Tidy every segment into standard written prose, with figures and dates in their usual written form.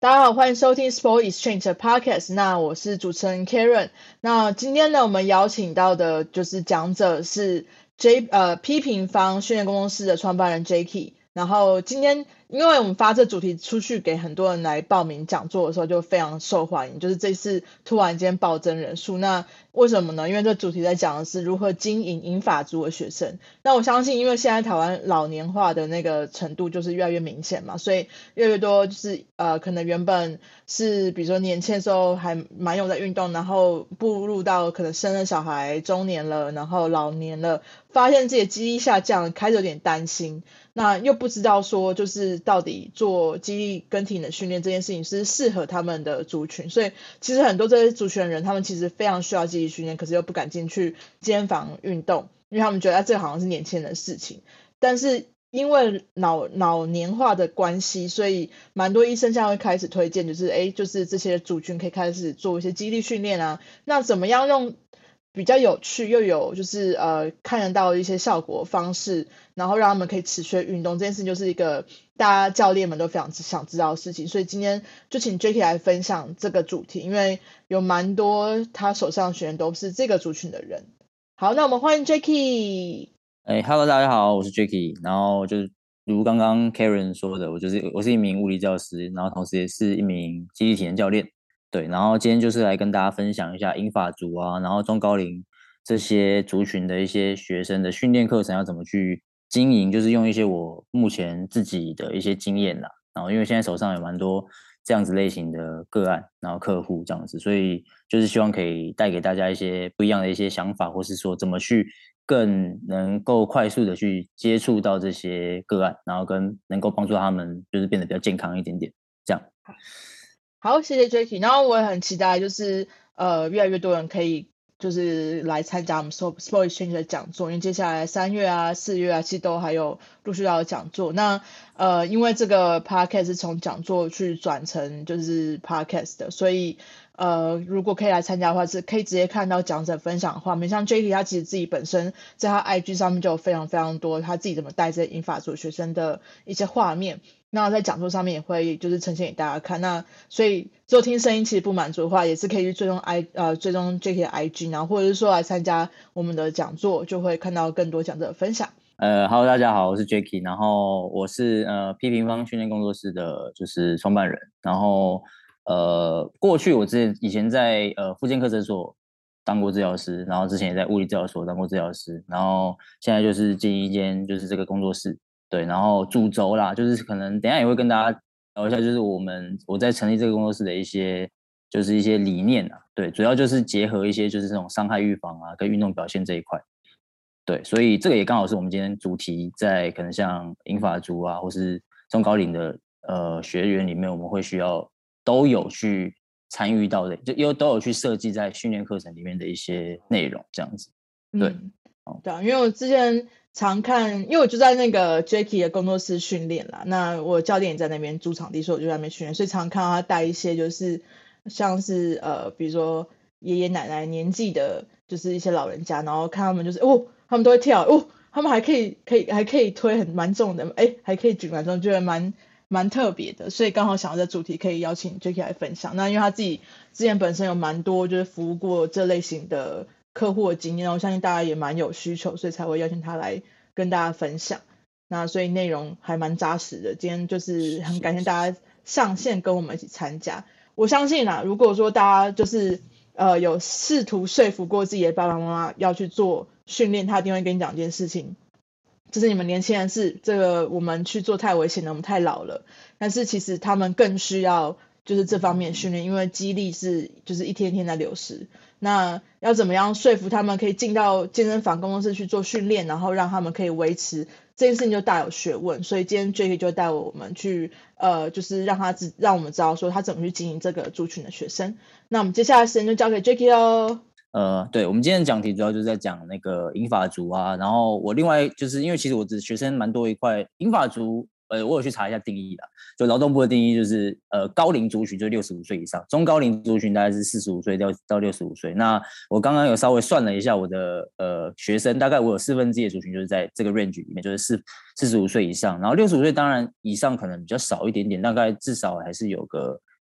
大家好，欢迎收听 Sport Exchange 的 Podcast。那我是主持人 Karen。那今天呢，我们邀请到的就是讲者是批评方训练工作室的创办人 Jacky。然后今天因为我们发这主题出去给很多人来报名讲座的时候，就非常受欢迎，就是这次突然间暴增人数。那为什么呢？因为这主题在讲的是如何经营银发族的学生。那我相信，因为现在台湾老年化的那个程度就是越来越明显嘛，所以越来越多就是可能原本是比如说年轻的时候还蛮有在运动，然后步入到可能生了小孩、中年了，然后老年了，发现自己的肌力下降，开始有点担心。那又不知道说就是到底做肌力跟体能训练这件事情是适合他们的族群，所以其实很多这些族群的人，他们其实非常需要肌力训练，可是又不敢进去健身房运动，因为他们觉得这好像是年轻人的事情。但是因为老年化的关系，所以蛮多医生现在会开始推荐，就是这些族群可以开始做一些肌力训练啊。那怎么样用比较有趣又有就是看得到一些效果方式，然后让他们可以持续运动，这件事就是一个大家教练们都非常想知道的事情。所以今天就请 Jacky 来分享这个主题，因为有蛮多他手上的学员都是这个族群的人。好，那我们欢迎 Jacky。 Hello，大家好，我是 Jacky。然后就是如刚刚 Karen 说的，我是一名物理教师，然后同时也是一名肌力体能教练。对，然后今天就是来跟大家分享一下银发族啊，然后中高龄这些族群的一些学生的训练课程要怎么去经营，就是用一些我目前自己的一些经验啦。然后因为现在手上有蛮多这样子类型的个案，然后客户这样子，所以就是希望可以带给大家一些不一样的一些想法，或是说怎么去更能够快速的去接触到这些个案，然后跟能够帮助他们就是变得比较健康一点点，这样。 好，谢谢 Jacky。然后我也很期待，就是越来越多人可以就是来参加我们 Sport Exchange 的讲座，因为接下来3月啊、4月啊，其实都还有陆续要有讲座。那因为这个 podcast 是从讲座去转成就是 podcast 的，所以如果可以来参加的话，是可以直接看到讲者分享的画面。像 Jacky 他其实自己本身在他 IG 上面就有非常非常多他自己怎么带这些银发族学生的一些画面。那在讲座上面也会就是呈现给大家看，那所以只有听声音其实不满足的话，也是可以去追踪追踪 Jacky 的 IG， 然后或者是说来参加我们的讲座，就会看到更多讲者的分享。 Hello，大家好，我是 Jacky，然后我是批评方训练工作室的，就是创办人。然后过去我以前在复健科诊所当过治疗师，然后之前也在物理治疗所当过治疗师，然后现在就是经营一间就是这个工作室。对，然后主轴啦，就是可能等一下也会跟大家聊一下，就是我在成立这个工作室的一些理念啊。对，主要就是结合一些就是这种伤害预防啊跟运动表现这一块。对，所以这个也刚好是我们今天主题，在可能像银发族啊，或是中高龄的学员里面，我们会需要都有去参与到的，都有去设计在训练课程里面的一些内容，这样子。对， 对啊，因为我之前常看，因为我就在那个 Jacky 的工作室训练啦，那我教练也在那边租场地，所以我就在那边训练，所以常看到他带一些就是像是比如说爷爷奶奶年纪的，就是一些老人家，然后看他们就是他们都会跳他们还可以推蛮重的，还可以举蛮重，觉得蛮特别的，所以刚好想要这主题可以邀请 Jacky 来分享。那因为他自己之前本身有蛮多就是服务过这类型的客户的经验，我相信大家也蛮有需求，所以才会邀请他来跟大家分享。那所以内容还蛮扎实的，今天就是很感谢大家上线跟我们一起参加。我相信啦，如果说大家就是有试图说服过自己的爸爸妈妈要去做训练，他一定会跟你讲一件事情，就是你们年轻人是这个我们去做太危险了，我们太老了。但是其实他们更需要就是这方面训练，因为肌力是就是一天一天在流失。那要怎么样说服他们可以进到健身房工作室去做训练，然后让他们可以维持这件事情就大有学问。所以今天 Jacky 就带我们去就是让我们知道说他怎么去经营这个族群的学生。那我们接下来时间就交给 Jacky 喽。 对，我们今天的讲题主要就是在讲那个银发族啊，然后我另外就是因为其实我的学生蛮多一块银发族，我有去查一下定义啦，就劳动部的定义就是高龄族群就65岁以上，中高龄族群大概是45岁到65岁。那我刚刚有稍微算了一下我的学生，大概我有1/4的族群就是在这个 range 里面，就是45岁以上，然后65岁当然以上可能比较少一点点，大概至少还是有个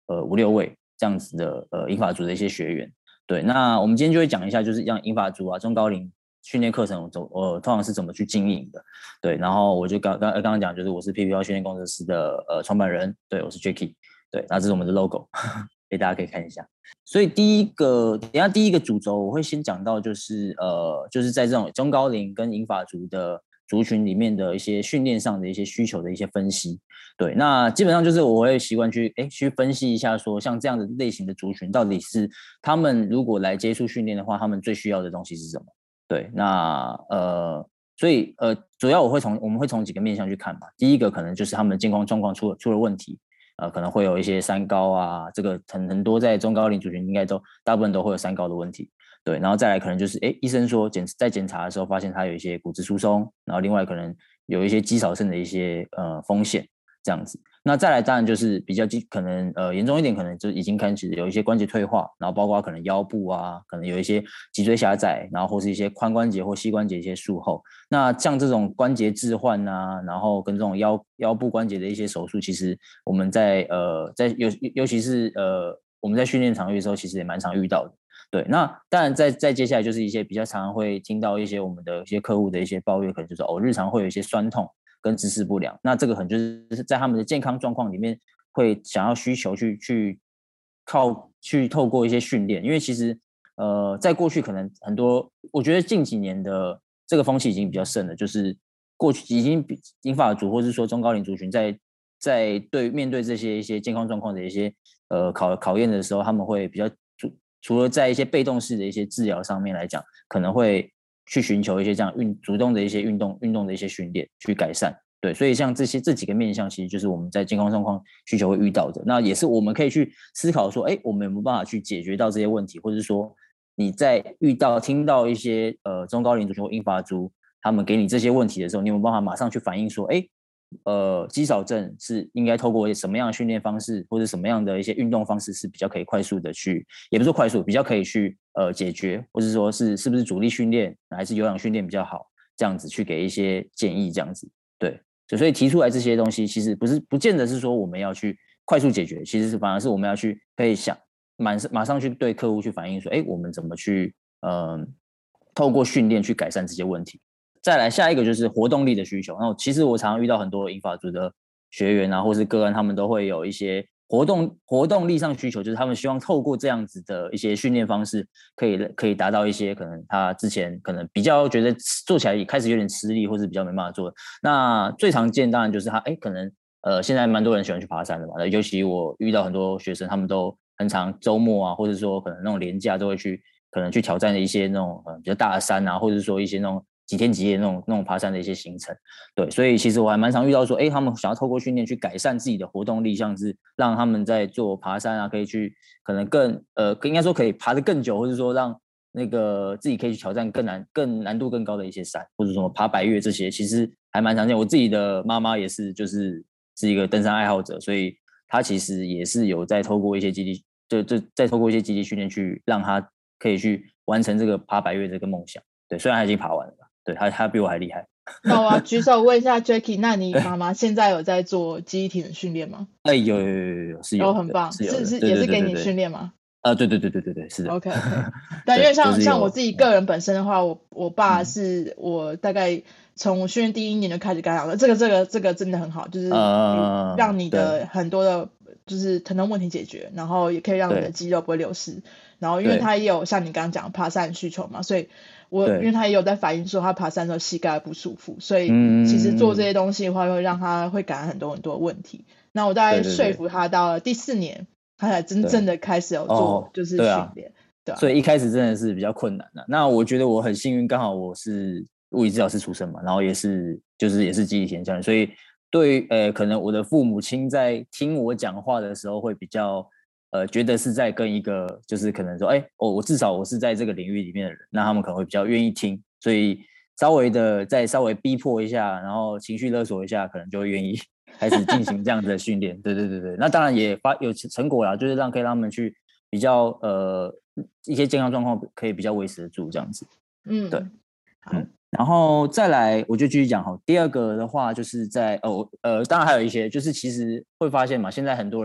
5、6位这样子的银发族的一些学员。对，那我们今天就会讲一下，就是像银发族啊、中高龄训练课程通常是怎么去经营的。对，然后我就刚刚讲，就是我是 PPL 训练工程师的创办人，对，我是 Jacky， 对，那这是我们的 logo， 给大家可以看一下。所以第一个主轴我会先讲到，就是在这种中高龄跟银发族的族群里面的一些训练上的一些需求的一些分析。对，那基本上就是我会习惯去分析一下，说像这样的类型的族群，到底是他们如果来接触训练的话，他们最需要的东西是什么？对，那所以主要我们会从几个面向去看嘛。第一个可能就是他们的健康状况出了问题，可能会有一些三高啊，这个很多在中高龄族群应该大部分都会有三高的问题。对，然后再来可能就是医生说在检查的时候发现他有一些骨质疏松，然后另外可能有一些肌少症的一些风险。这样子，那再来当然就是比较可能严重一点，可能就已经开始有一些关节退化，然后包括可能腰部啊，可能有一些脊椎狭窄，然后或是一些髋关节或膝关节一些术后。那像这种关节置换啊，然后跟这种腰部关节的一些手术，其实我们尤其是我们在训练场域的时候，其实也蛮常遇到的。对，那当然再接下来就是一些比较常会听到一些我们的一些客户的一些抱怨，可能就是日常会有一些酸痛跟姿势不良，那这个很就是在他们的健康状况里面会想要需求去透过一些训练，因为其实在过去可能很多，我觉得近几年的这个风气已经比较盛了，就是过去已经银发族或是说中高龄族群在面对这些一些健康状况的一些考验的时候，他们会比较除了在一些被动式的一些治疗上面来讲，可能会去寻求一些这样主动的一些运动的一些训练去改善。对，所以像这几个面向，其实就是我们在健康状况需求会遇到的，那也是我们可以去思考说，我们有没有办法去解决到这些问题，或者是说你在听到一些中高龄族群或银发族他们给你这些问题的时候，你有没有办法马上去反映说，肌少症是应该透过什么样的训练方式，或者什么样的一些运动方式是比较可以快速的去，也不是说快速，比较可以去解决，或者说是不是主力训练还是有氧训练比较好，这样子去给一些建议，这样子。对，所以提出来这些东西，其实不见得是说我们要去快速解决，其实反而是我们要去可以马上去对客户去反映说，我们怎么去透过训练去改善这些问题。再来下一个就是活动力的需求。那其实我常常遇到很多银发族的学员啊，或是个案，他们都会有一些活动力上需求，就是他们希望透过这样子的一些训练方式，可以达到一些可能他之前可能比较觉得做起来也开始有点吃力，或是比较没办法做的。那最常见当然就是他可能现在蛮多人喜欢去爬山的嘛，尤其我遇到很多学生，他们都很常周末啊，或者说可能那种连假都会可能去挑战的一些那种比较大的山啊，或者说一些那种几天几夜那种爬山的一些行程。对，所以其实我还蛮常遇到说，他们想要透过训练去改善自己的活动力，像是让他们在做爬山啊，可以去可能应该说可以爬得更久，或者说让那个自己可以去挑战更难度更高的一些山，或者什么爬百岳这些，其实还蛮常见。我自己的妈妈也是，是一个登山爱好者，所以她其实也是有在透过一些基地，再透过一些基地训练去让她可以去完成这个爬百岳这个梦想。对，虽然他已经爬完了，对他比我还厉害。 那我要举手问一下 Jacky， 那你妈妈现在有在做记忆体的训练吗？ 有是有的， 很棒， 是有的， 也是给你训练吗？ 对，是的。 OK， 但因为像我自己个人本身的话，我爸是我大概从我训练第1年就开始跟他讲了，这个真的很好，就是让你的很多的就是疼痛问题解决，然后也可以让你的肌肉不会流失。然后因为他也有像你刚刚讲爬山需求嘛，所以因为他也有在反映说他爬山的时候膝盖不舒服，所以其实做这些东西的话会让他会改善很多问题。那我大概说服他到了第4年，他才真正的开始有做就是训练。对啊， 所以一开始真的是比较困难的。那我觉得我很幸运，刚好我是物理治疗师出身嘛，然后也是记忆体教练，所以对可能我的父母亲在听我讲话的时候会比较觉得是在跟一个就是可能说我至少我是在这个领域里面的人，那他们可能会比较愿意听，所以稍微逼迫一下，然后情绪勒索一下，可能就会愿意开始进行这样子的训练。对，那当然也有成果啦，就是可以让他们去比较一些健康状况可以比较维持得住这样子。对， 好。 然后再来我就继续讲哈。第二个的话就是当然还有一些就是其实会发现嘛，现在很多人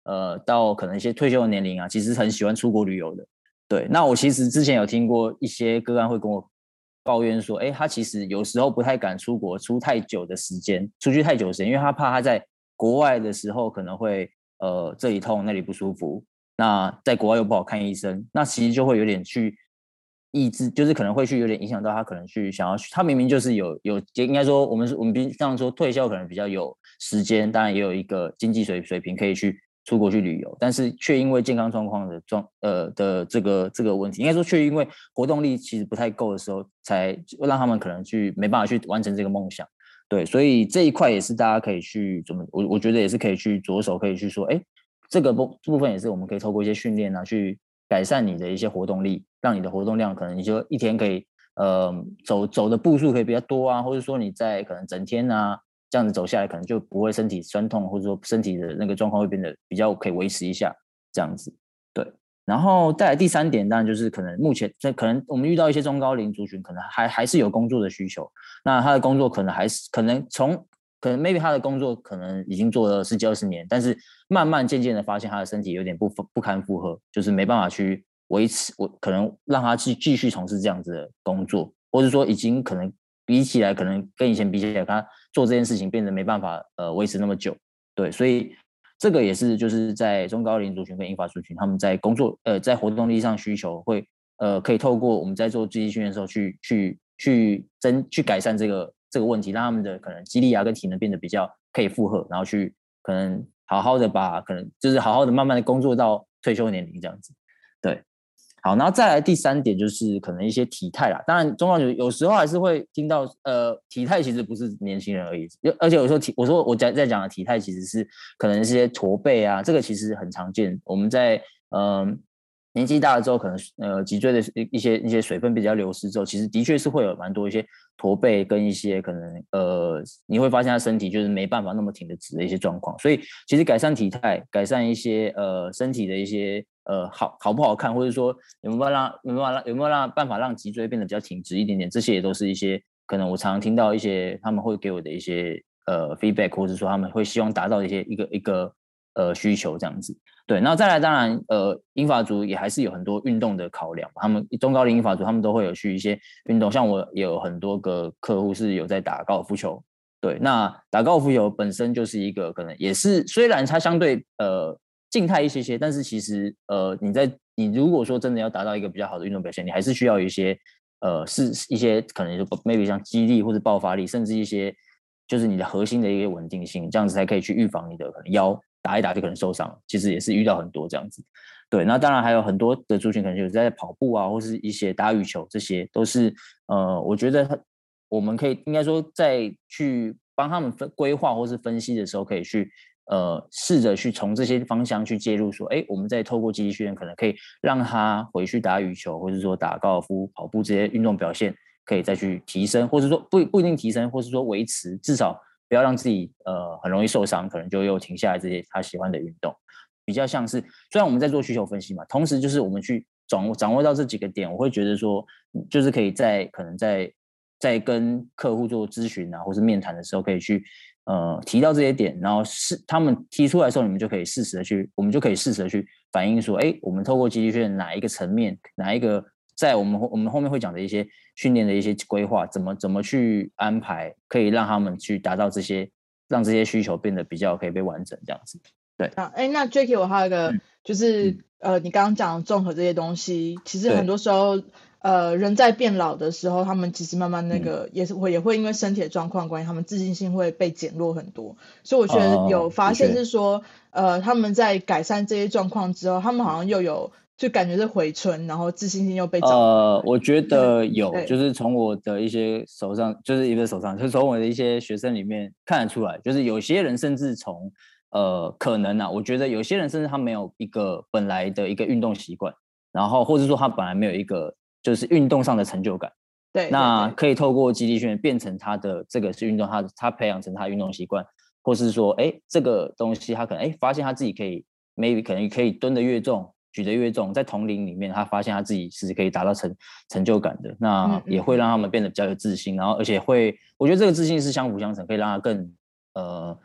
到可能一些退休的年龄啊，其实很喜欢出国旅游的。对，那我其实之前有听过一些个案会跟我抱怨说，他其实有时候不太敢出国，出去太久的时间，因为他怕他在国外的时候可能会这里痛那里不舒服，那在国外又不好看医生，那其实就会有点去抑制，就是可能会去有点影响到他可能去想要去，他明明就是有应该说我们这样说退休可能比较有时间，当然也有一个经济水平可以去出国去旅游，但是却因为健康状况的这个问题，应该说却因为活动力其实不太够的时候，才让他们可能没办法去完成这个梦想。对，所以这一块也是大家可以去我觉得也是可以去着手可以去说，这个部分也是我们可以透过一些训练啊，去改善你的一些活动力，让你的活动量可能你就一天可以走的步数可以比较多啊，或者说你在可能整天啊这样子走下来，可能就不会身体酸痛，或者说身体的那个状况会变得比较可以维持一下这样子。对，然后再来第3点，当然就是可能目前可能我们遇到一些中高龄族群，可能还是有工作的需求，那他的工作可能maybe 他的工作可能已经做了10几20年，但是慢慢渐渐的发现他的身体有点不堪负荷，就是没办法去维持，可能让他继续从事这样子的工作，或者说已经可能比起来，可能跟以前比起来，他做这件事情变得没办法维持那么久。对，所以这个也是就是在中高龄族群跟银发族群他们在工作在活动力上需求会可以透过我们在做肌力训练的时候去改善这个问题，让他们的可能肌力啊跟体能变得比较可以负荷，然后去可能好好的可能就是好好的慢慢的工作到退休年龄这样子。对，好，然后再来第3点就是可能一些体态啦，当然中高龄有时候还是会听到体态其实不是年轻人而已，而且有时候我在讲的体态其实是可能一些驼背啊，这个其实很常见，我们在年纪大了之后，可能脊椎的一些水分比较流失之后，其实的确是会有蛮多一些驼背跟一些可能你会发现他身体就是没办法那么挺得直的一些状况，所以其实改善体态，改善一些身体的一些好不好看，或者说有没有办法让脊椎变得比较挺直一点点，这些也都是一些可能我常常听到一些他们会给我的一些feedback， 或者说他们会希望达到的一个需求这样子。对，那再来当然银发族也还是有很多运动的考量，他们中高龄银发族他们都会有去一些运动，像我也有很多个客户是有在打高尔夫球。对，那打高尔夫球本身就是一个可能也是虽然它相对静态一些，但是其实你如果说真的要达到一个比较好的运动表现，你还是需要有一些是一些可能就 maybe 像肌力或者爆发力，甚至一些就是你的核心的一个稳定性，这样子才可以去预防你的可能腰打一打就可能受伤，其实也是遇到很多这样子。对，那当然还有很多的族群可能有在跑步啊，或是一些打羽球，这些都是我觉得我们可以应该说在去帮他们规划或是分析的时候，可以去试着去从这些方向去介入，说，我们在透过肌力训练，可能可以让他回去打羽球，或者说打高尔夫、跑步这些运动表现，可以再去提升，或者说不一定提升，或是说维持，至少不要让自己很容易受伤，可能就又停下来这些他喜欢的运动，比较像是虽然我们在做需求分析嘛，同时就是我们去掌握到这几个点，我会觉得说，就是可以可能在跟客户做咨询啊，或是面谈的时候，可以去提到这些点，然后他们提出来的时候，我们就可以适时的去反映说，我们透过肌力训练哪一个层面，哪一个在我们后面会讲的一些训练的一些规划，怎么去安排，可以让他们去达到让这些需求变得比较可以被完整这样子。对， 那 Jacky 我还有一个就是你刚刚讲综合这些东西，其实很多时候人在变老的时候，他们其实慢慢也会因为身体的状况关系，他们自信心会被减弱很多。所以我觉得有发现是说他们在改善这些状况之后，他们好像又有就感觉是回春，然后自信心又被找回来。 我觉得有，就是从我的一些手上，就是从我的一些学生里面看得出来，就是有些人甚至从可能啊，我觉得有些人甚至他没有一个本来的一个运动习惯，然后或者说他本来没有一个就是运动上的成就感， 对， 那可以透过肌力训练变成他的这个是运动，他培养成他的运动习惯，或是说这个东西他可能发现他自己可以 maybe 可能可以蹲得越重，举得越重，在同龄里面他发现他自己是可以达到成就感的，那也会让他们变得比较有自信，然后而且我觉得这个自信是相辅相成，可以让他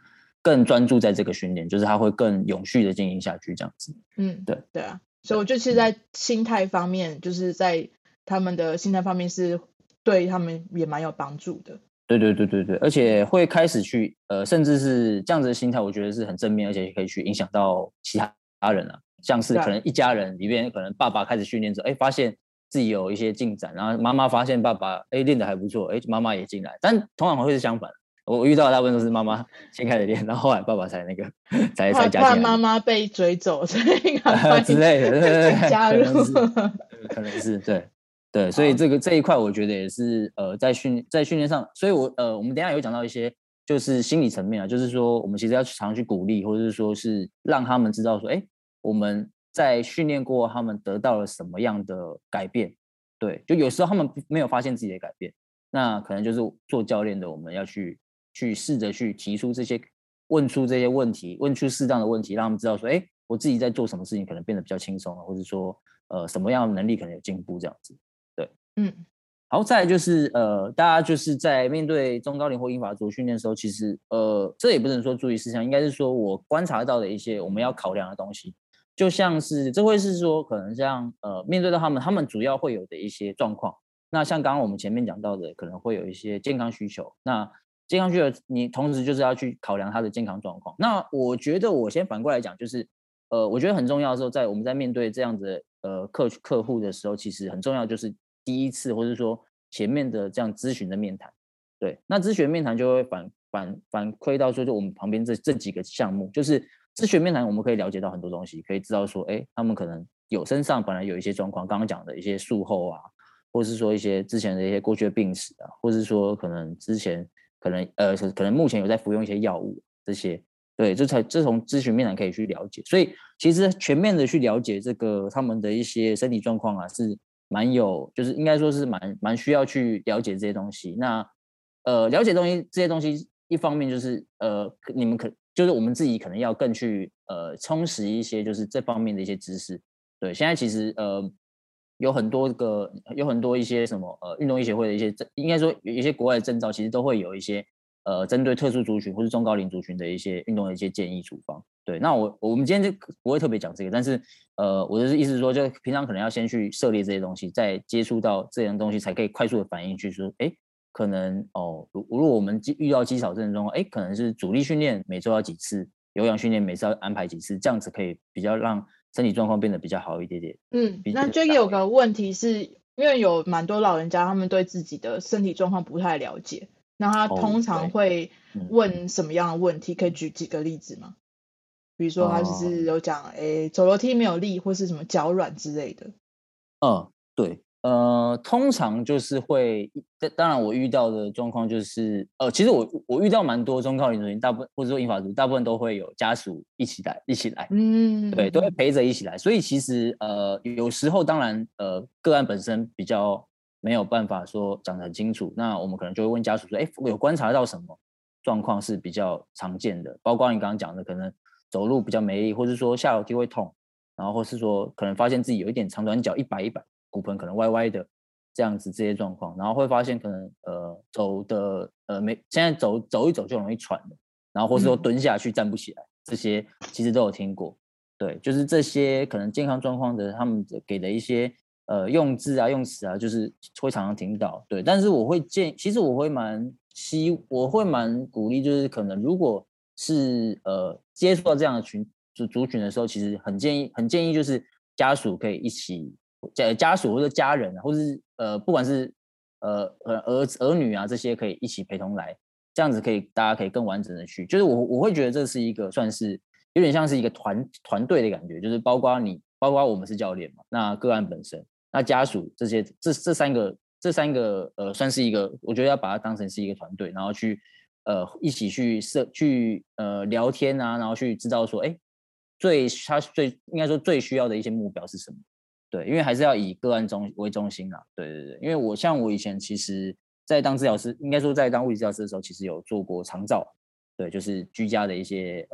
更专注在这个训练，就是他会更永续的进行下去这样子。 对啊，所以我就其实在心态方面，就是在他们的心态方面是对他们也蛮有帮助的。 对，而且会开始去甚至是这样子的心态，我觉得是很正面，而且可以去影响到其他人啊，像是可能一家人里面，可能爸爸开始训练之后，发现自己有一些进展，然后妈妈发现爸爸练得还不错，妈妈也进来，但通常会是相反。我遇到的大部分都是妈妈先开始练，然后后来爸爸才才加进来。 怕妈妈被追走，所以赶快之类的，对， 加入， 可能是对，所以这一块我觉得也是在训练上，所以我们等一下有讲到一些就是心理层面啊，就是说我们其实要常去鼓励，或者是说是让他们知道说，我们在训练过他们得到了什么样的改变，对，就有时候他们没有发现自己的改变，那可能就是做教练的我们要去试着去提出问出这些问题，问出适当的问题，让他们知道说，我自己在做什么事情可能变得比较轻松了，或者说什么样的能力可能有进步这样子。对，好，再来就是大家就是在面对中高龄或英法族训练的时候，其实这也不能说注意事项，应该是说我观察到的一些我们要考量的东西，就像是这会是说可能像面对到他们主要会有的一些状况。那像刚刚我们前面讲到的，可能会有一些健康需求，那健康需求你同时就是要去考量他的健康状况。那我觉得我先反过来讲，就是我觉得很重要的时候，我们在面对这样子客户的时候，其实很重要就是第一次或者说前面的这样咨询的面谈，对，那咨询面谈就会反馈到说，就我们旁边这几个项目，就是咨询面谈我们可以了解到很多东西，可以知道说，他们可能身上本来有一些状况，刚刚讲的一些术后啊，或是说一些之前的一些过去的病史啊，或是说可能之前可能目前有在服用一些药物这些。对，这从咨询面谈可以去了解，所以其实全面的去了解这个他们的一些身体状况啊，是就是应该说是蛮需要去了解这些东西。那了解这些东西，一方面就是你们就是我们自己可能要更去充实一些，就是这方面的一些知识。对，现在其实有很多一些什么运动医协会的一些应该说有一些国外的证照，其实都会有一些针对特殊族群或是中高龄族群的一些运动的一些建议处方。对，那我们今天就不会特别讲这个，但是我的意思是说，就平常可能要先去涉猎这些东西，再接触到这样东西，才可以快速的反应去说，可能如果我们遇到肌少症的状况，可能是阻力训练每周要几次，有氧训练每次要安排几次，这样子可以比较让身体状况变得比较好一点点。 那这有个问题是，因为有蛮多老人家他们对自己的身体状况不太了解，那他通常会问什么样的问题？可以举几个例子吗？比如说他就是有讲，走楼梯没有力，或是什么脚软之类的。 对，通常就是会，当然我遇到的状况就是，其实我遇到蛮多中高龄族群，大部分或者说英法族，大部分都会有家属一起来，对，都会陪着一起来。所以其实有时候当然个案本身比较没有办法说讲得很清楚，那我们可能就会问家属说，有观察到什么状况是比较常见的，包括你刚刚讲的，可能走路比较没力，或是说下楼梯会痛，然后或是说可能发现自己有一点长短脚，一摆，骨盆可能歪歪的这样子这些状况，然后会发现可能走的现在走一走就容易喘了，然后或是说蹲下去站不起来，这些其实都有听过。对，就是这些可能健康状况的他们给的一些用字啊用词啊，就是会常常听到。对，但是我会其实我会蛮鼓励，就是可能如果是接触到这样的族群的时候，其实很建议就是家属可以一起，家属或者家人啊，或是不管是儿女啊这些可以一起陪同来，这样子大家可以更完整的去，就是我会觉得这是一个算是有点像是一个团队的感觉，就是包括我们是教练嘛，那个案本身，那家属这三个算是一个，我觉得要把它当成是一个团队，然后去一起去聊天啊，然后去知道说，他应该说最需要的一些目标是什么？对，因为还是要以个案为中心啦。对，因为我以前其实在当治疗师，应该说在当物理治疗师的时候，其实有做过长照，对，就是居家的一些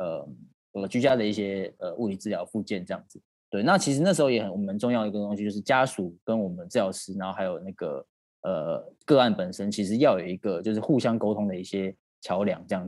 物理治疗复健这样子。对，那其实那时候也我们重要的一个东西就是家属跟我们治疗师，然后还有那个个案本身，其实要有一个就是互相沟通的一些桥梁这样子。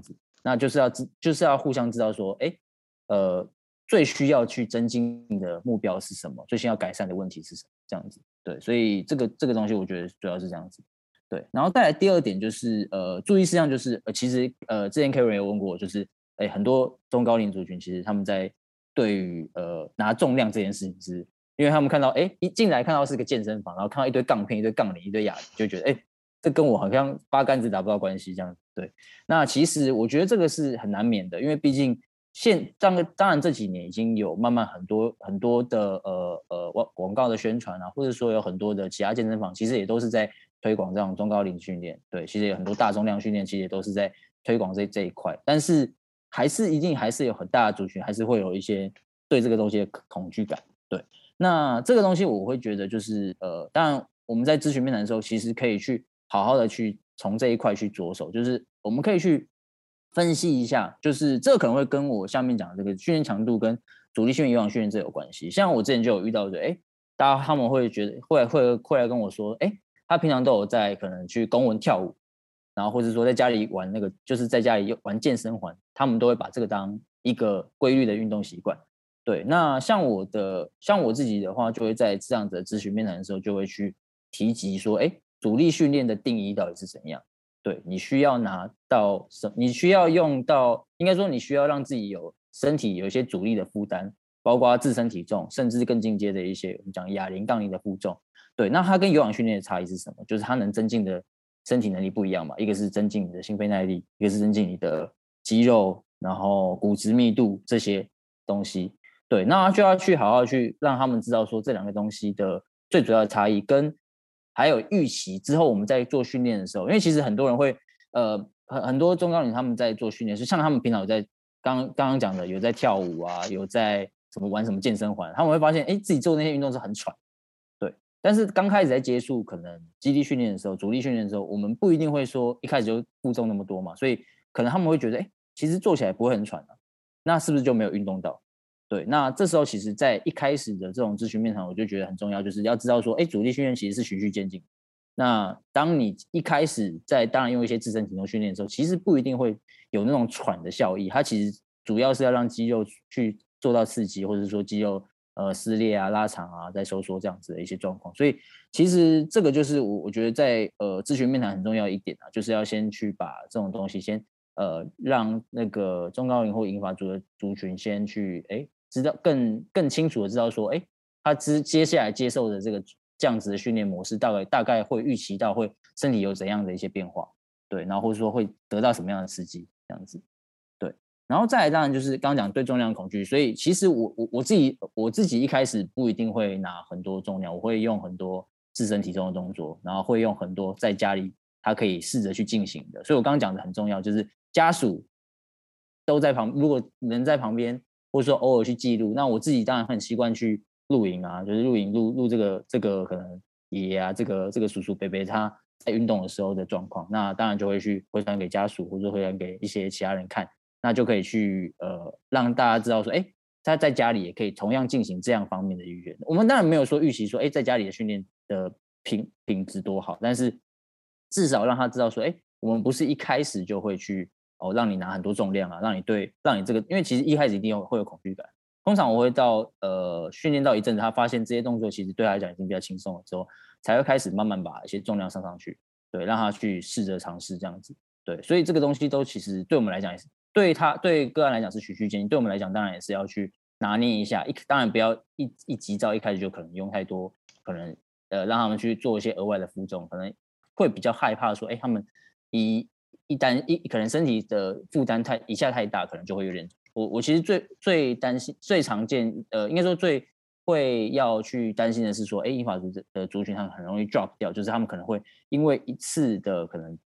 那就是要互相知道说，最需要去增进的目标是什么，最需要改善的问题是什么，这样子。对，所以这个东西我觉得主要是这样子。对，然后再来第二点就是注意事项就是其实之前 Karen 有问过我，就是很多中高龄族群其实他们在对于拿重量这件事情是，因为他们看到一进来看到是个健身房，然后看到一堆杠片、一堆杠铃、一堆哑铃，就觉得这跟我好像八竿子打不到关系这样。对，那其实我觉得这个是很难免的，因为毕竟当然这几年已经有慢慢很多的广告的宣传啊，或者说有很多的其他健身房，其实也都是在推广这种中高龄训练。对，其实有很多大重量训练，其实也都是在推广这一块，但是一定还是有很大的族群，还是会有一些对这个东西的恐惧感。对，那这个东西我会觉得就是当然我们在咨询面谈的时候，其实可以去好好的去从这一块去着手，就是我们可以去分析一下，就是这可能会跟我下面讲的这个训练强度跟阻力训练、有氧训练这有关系。像我之前就有遇到的，大家他们会觉得会来跟我说，他平常都有在可能去公文跳舞，然后或者说在家里玩那个，就是在家里玩健身环，他们都会把这个当一个规律的运动习惯。对，那像我自己的话，就会在这样子的咨询面谈的时候，就会去提及说，阻力训练的定义到底是怎样？对，你需要你需要用到，应该说你需要让自己身体有一些阻力的负担，包括自身体重，甚至更进阶的一些我们讲哑铃、杠铃的负重。对，那它跟有氧训练的差异是什么？就是它能增进的身体能力不一样嘛，一个是增进你的心肺耐力，一个是增进你的肌肉，然后骨质密度这些东西。对，那就要去好好去让他们知道说这两个东西的最主要的差异，跟还有预期之后我们在做训练的时候，因为其实很多人会很多中高龄他们在做训练，是像他们平常有在刚刚讲的有在跳舞啊，有在玩什么健身环，他们会发现自己做那些运动是很喘。对，但是刚开始在接触可能肌力训练的时候、阻力训练的时候，我们不一定会说一开始就负重那么多嘛，所以可能他们会觉得其实做起来不会很喘啊，那是不是就没有运动到？对，那这时候其实在一开始的这种咨询面谈，我就觉得很重要，就是要知道说，阻力训练其实是循序渐进。那当你一开始当然用一些自身体重训练的时候，其实不一定会有那种喘的效益，它其实主要是要让肌肉去做到刺激，或者说肌肉撕裂啊、拉长啊、再收缩这样子的一些状况。所以其实这个就是我觉得在咨询面谈很重要一点啊，就是要先去把这种东西先让那个中高龄或银发族的族群先去知道更清楚的知道说，他接下来接受的这样子的训练模式，大概会预期到会身体有怎样的一些变化，对，然后或者说会得到什么样的刺激，这样子，对，然后再来当然就是刚刚讲对重量恐惧，所以其实我自己一开始不一定会拿很多重量，我会用很多自身体重的动作，然后会用很多在家里他可以试着去进行的，所以我刚刚讲的很重要，就是家属都在如果人在旁边，或者说偶尔去记录，那我自己当然很习惯去录影啊，就是录这个可能爷爷啊，这个叔叔伯伯他在运动的时候的状况，那当然就会去回传给家属，或者回传给一些其他人看，那就可以去让大家知道说，他在家里也可以同样进行这样方面的预约。我们当然没有说预期说，在家里的训练的品质多好，但是至少让他知道说，我们不是一开始就会去让你拿很多重量啊，让你这个，因为其实一开始一定会有恐惧感。通常我会到训练到一阵子，他发现这些动作其实对他来讲已经比较轻松了之后，才会开始慢慢把一些重量上去，对，让他去试着尝试这样子，对，所以这个东西都其实对我们来讲也是对个案来讲是循序渐进，对我们来讲当然也是要去拿捏一下，当然不要一急躁，一开始就可能用太多，可能让他们去做一些额外的负重，可能会比较害怕说，他们可能身体的负担一下太大，可能就会有点。我其实最担心、最常见，应该说最会要去担心的是说，银发族的族群他们很容易 drop 掉，就是他们可能会因为一次的可能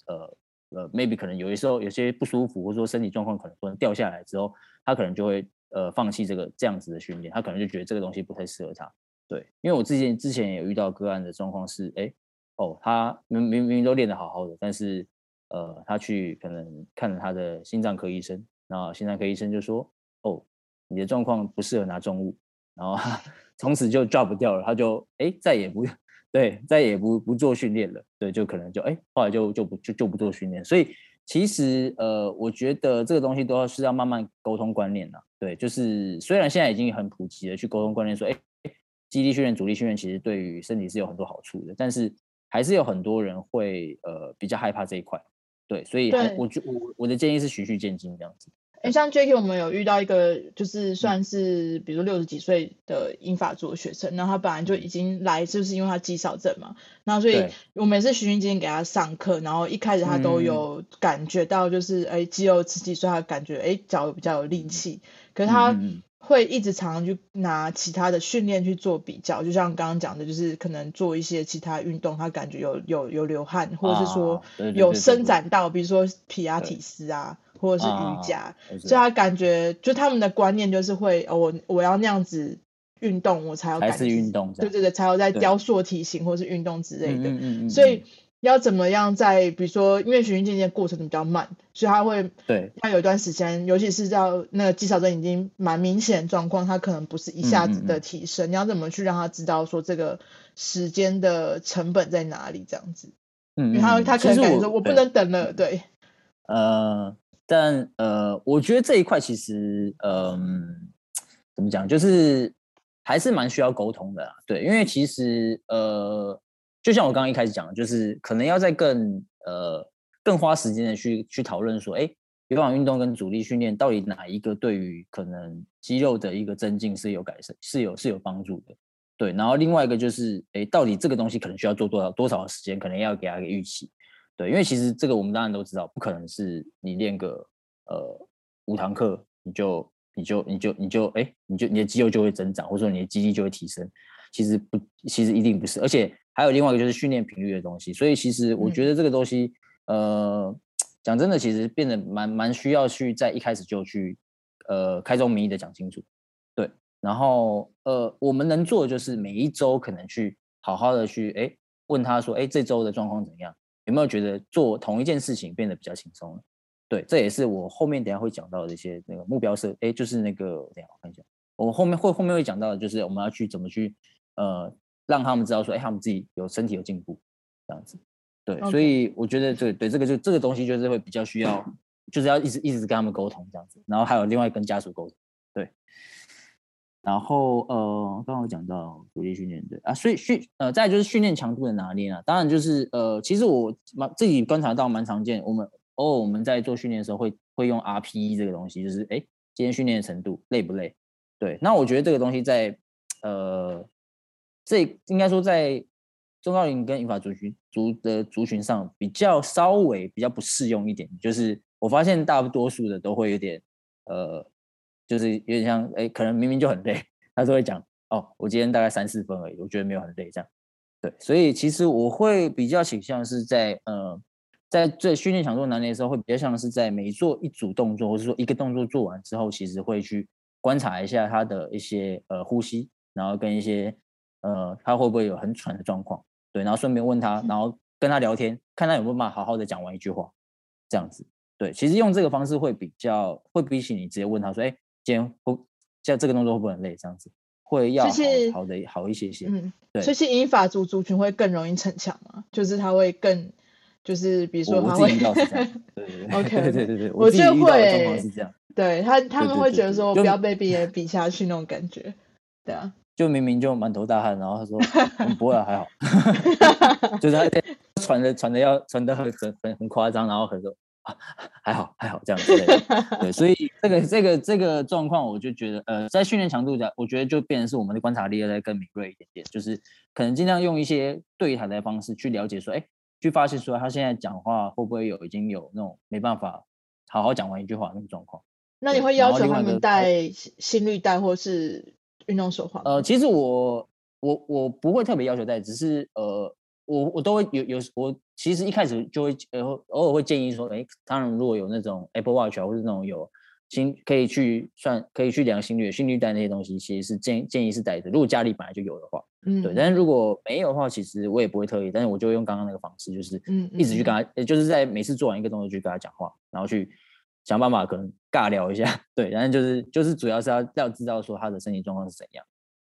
maybe 可能有时候有些不舒服，或者说身体状况可能掉下来之后，他可能就会放弃这样子的训练，他可能就觉得这个东西不太适合他。对，因为我之前也有遇到个案的状况是，他明明都练得好好的，但是他去可能看了他的心脏科医生。然后心脏科医生就说：“你的状况不适合拿重物。”然后他从此就 drop 掉了，他就再也不做训练了。对，就可能后来就不做训练。所以其实我觉得这个东西都是要慢慢沟通观念的。对，就是虽然现在已经很普及了，去沟通观念说，肌力训练、阻力训练其实对于身体是有很多好处的，但是还是有很多人会比较害怕这一块。对，所以我的建议是循序渐进这样子。 像 Jacky 我们有遇到一个就是算是比如说60几岁的英法族的学生，然后他本来就已经来就是因为他肌少症嘛，然后所以我们也是循序渐进给他上课，然后一开始他都有感觉到就是肌肉刺激，所以他感觉脚比较有力气，可是他会一直常常去拿其他的训练去做比较，就像刚刚讲的，就是可能做一些其他运动，他感觉有流汗，或者是说有伸展到，比如说皮拉提斯啊，或者是瑜伽，所以他感觉就他们的观念就是会我要那样子运动，我才有感觉， 才是运动这样， 对，才有在雕塑体型或是运动之类的，所以。要怎么样在比如说因为循序渐进的过程比较慢，所以他有一段时间，尤其是到那个肌少症已经蛮明显的状况，他可能不是一下子的提升，你要怎么去让他知道说这个时间的成本在哪里这样子，因为他可能感觉说我不能等了，对。 但我觉得这一块其实怎么讲，就是还是蛮需要沟通的啦。对，因为其实就像我刚刚一开始讲的，就是可能要再更花时间的去讨论说，有氧运动跟阻力训练到底哪一个对于可能肌肉的一个增进是有改善，是有帮助的。对，然后另外一个就是，到底这个东西可能需要做多少的时间，可能要给他一个预期。对，因为其实这个我们当然都知道，不可能是你练个5堂课，你的肌肉就会增长，或者说你的肌力就会提升。其实一定不是，而且还有另外一个就是训练频率的东西。所以其实我觉得这个东西，讲真的，其实变得蛮需要去在一开始就去开宗明义的讲清楚。对，然后我们能做的就是每一周可能去好好的去问他说，这周的状况怎样？有没有觉得做同一件事情变得比较轻松了？对，这也是我后面等一下会讲到的一些那个目标设，就是那个等一下我看一下，我后面会讲到的，就是我们要去怎么去让他们知道说，他们自己身体有进步这样子。对，所以我觉得这个东西就是会比较需要，就是要一直跟他们沟通这样子，然后还有另外跟家属沟通。对，然后刚刚有讲到阻力训练，对啊，所以再来就是训练强度的拿捏啊，当然就是其实我自己观察到蛮常见，我们在做训练的时候会用 RPE 这个东西，就是今天训练的程度累不累？对，那我觉得这个东西在这应该说在中高龄跟银发族群上稍微比较不适用一点，就是我发现大多数的都会有点就是有点像可能明明就很累，他都会讲我今天大概3-4分而已，我觉得没有很累这样。对，所以其实我会比较倾向是在最训练强度拿捏的时候，会比较像是在每做一组动作，或者说一个动作做完之后，其实会去观察一下他的一些呼吸，然后跟一些他会不会有很喘的状况，对，然后顺便问他，然后跟他聊天，看他有没有办法好好的讲完一句话，这样子。对，其实用这个方式会比起你直接问他说，今天这个动作会不会很累？这样子会要好一些些。对， 所以是英法族群会更容易逞强嘛？就是他会更，就是比如说他会， 我自己遇到是这样，对 ，OK， 对， 我自己遇到的状况是这样。 对他们会觉得说不要被别人比下去那种感觉，对啊。 就明明就满头大汗，然后他说不会还好，就是他传的很夸张，然后很说还好这样之类的。对，所以这个状况，我就觉得在训练强度下，我觉得就变成是我们的观察力要再更敏锐一点点，就是可能尽量用一些对谈的方式去了解说，去发现说他现在讲话会不会已经有那种没办法好好讲完一句话那个状况。 那你会要求他们带心率带或是运动手环？ 其实我不会特别要求带，只是我都会我其实一开始就会偶尔会建议说，当然如果有那种 Apple Watch 或者那种有可以去量心率带那些东西，其实是建议是带着。如果家里本来就有的话，对。但是如果没有的话，其实我也不会特意，但是我就会用刚刚那个方式，就是一直去跟他，就是在每次做完一个动作去跟他讲话，然后去想办法可能尬聊一下，对。然后就是主要是要知道说他的身体状况是怎样。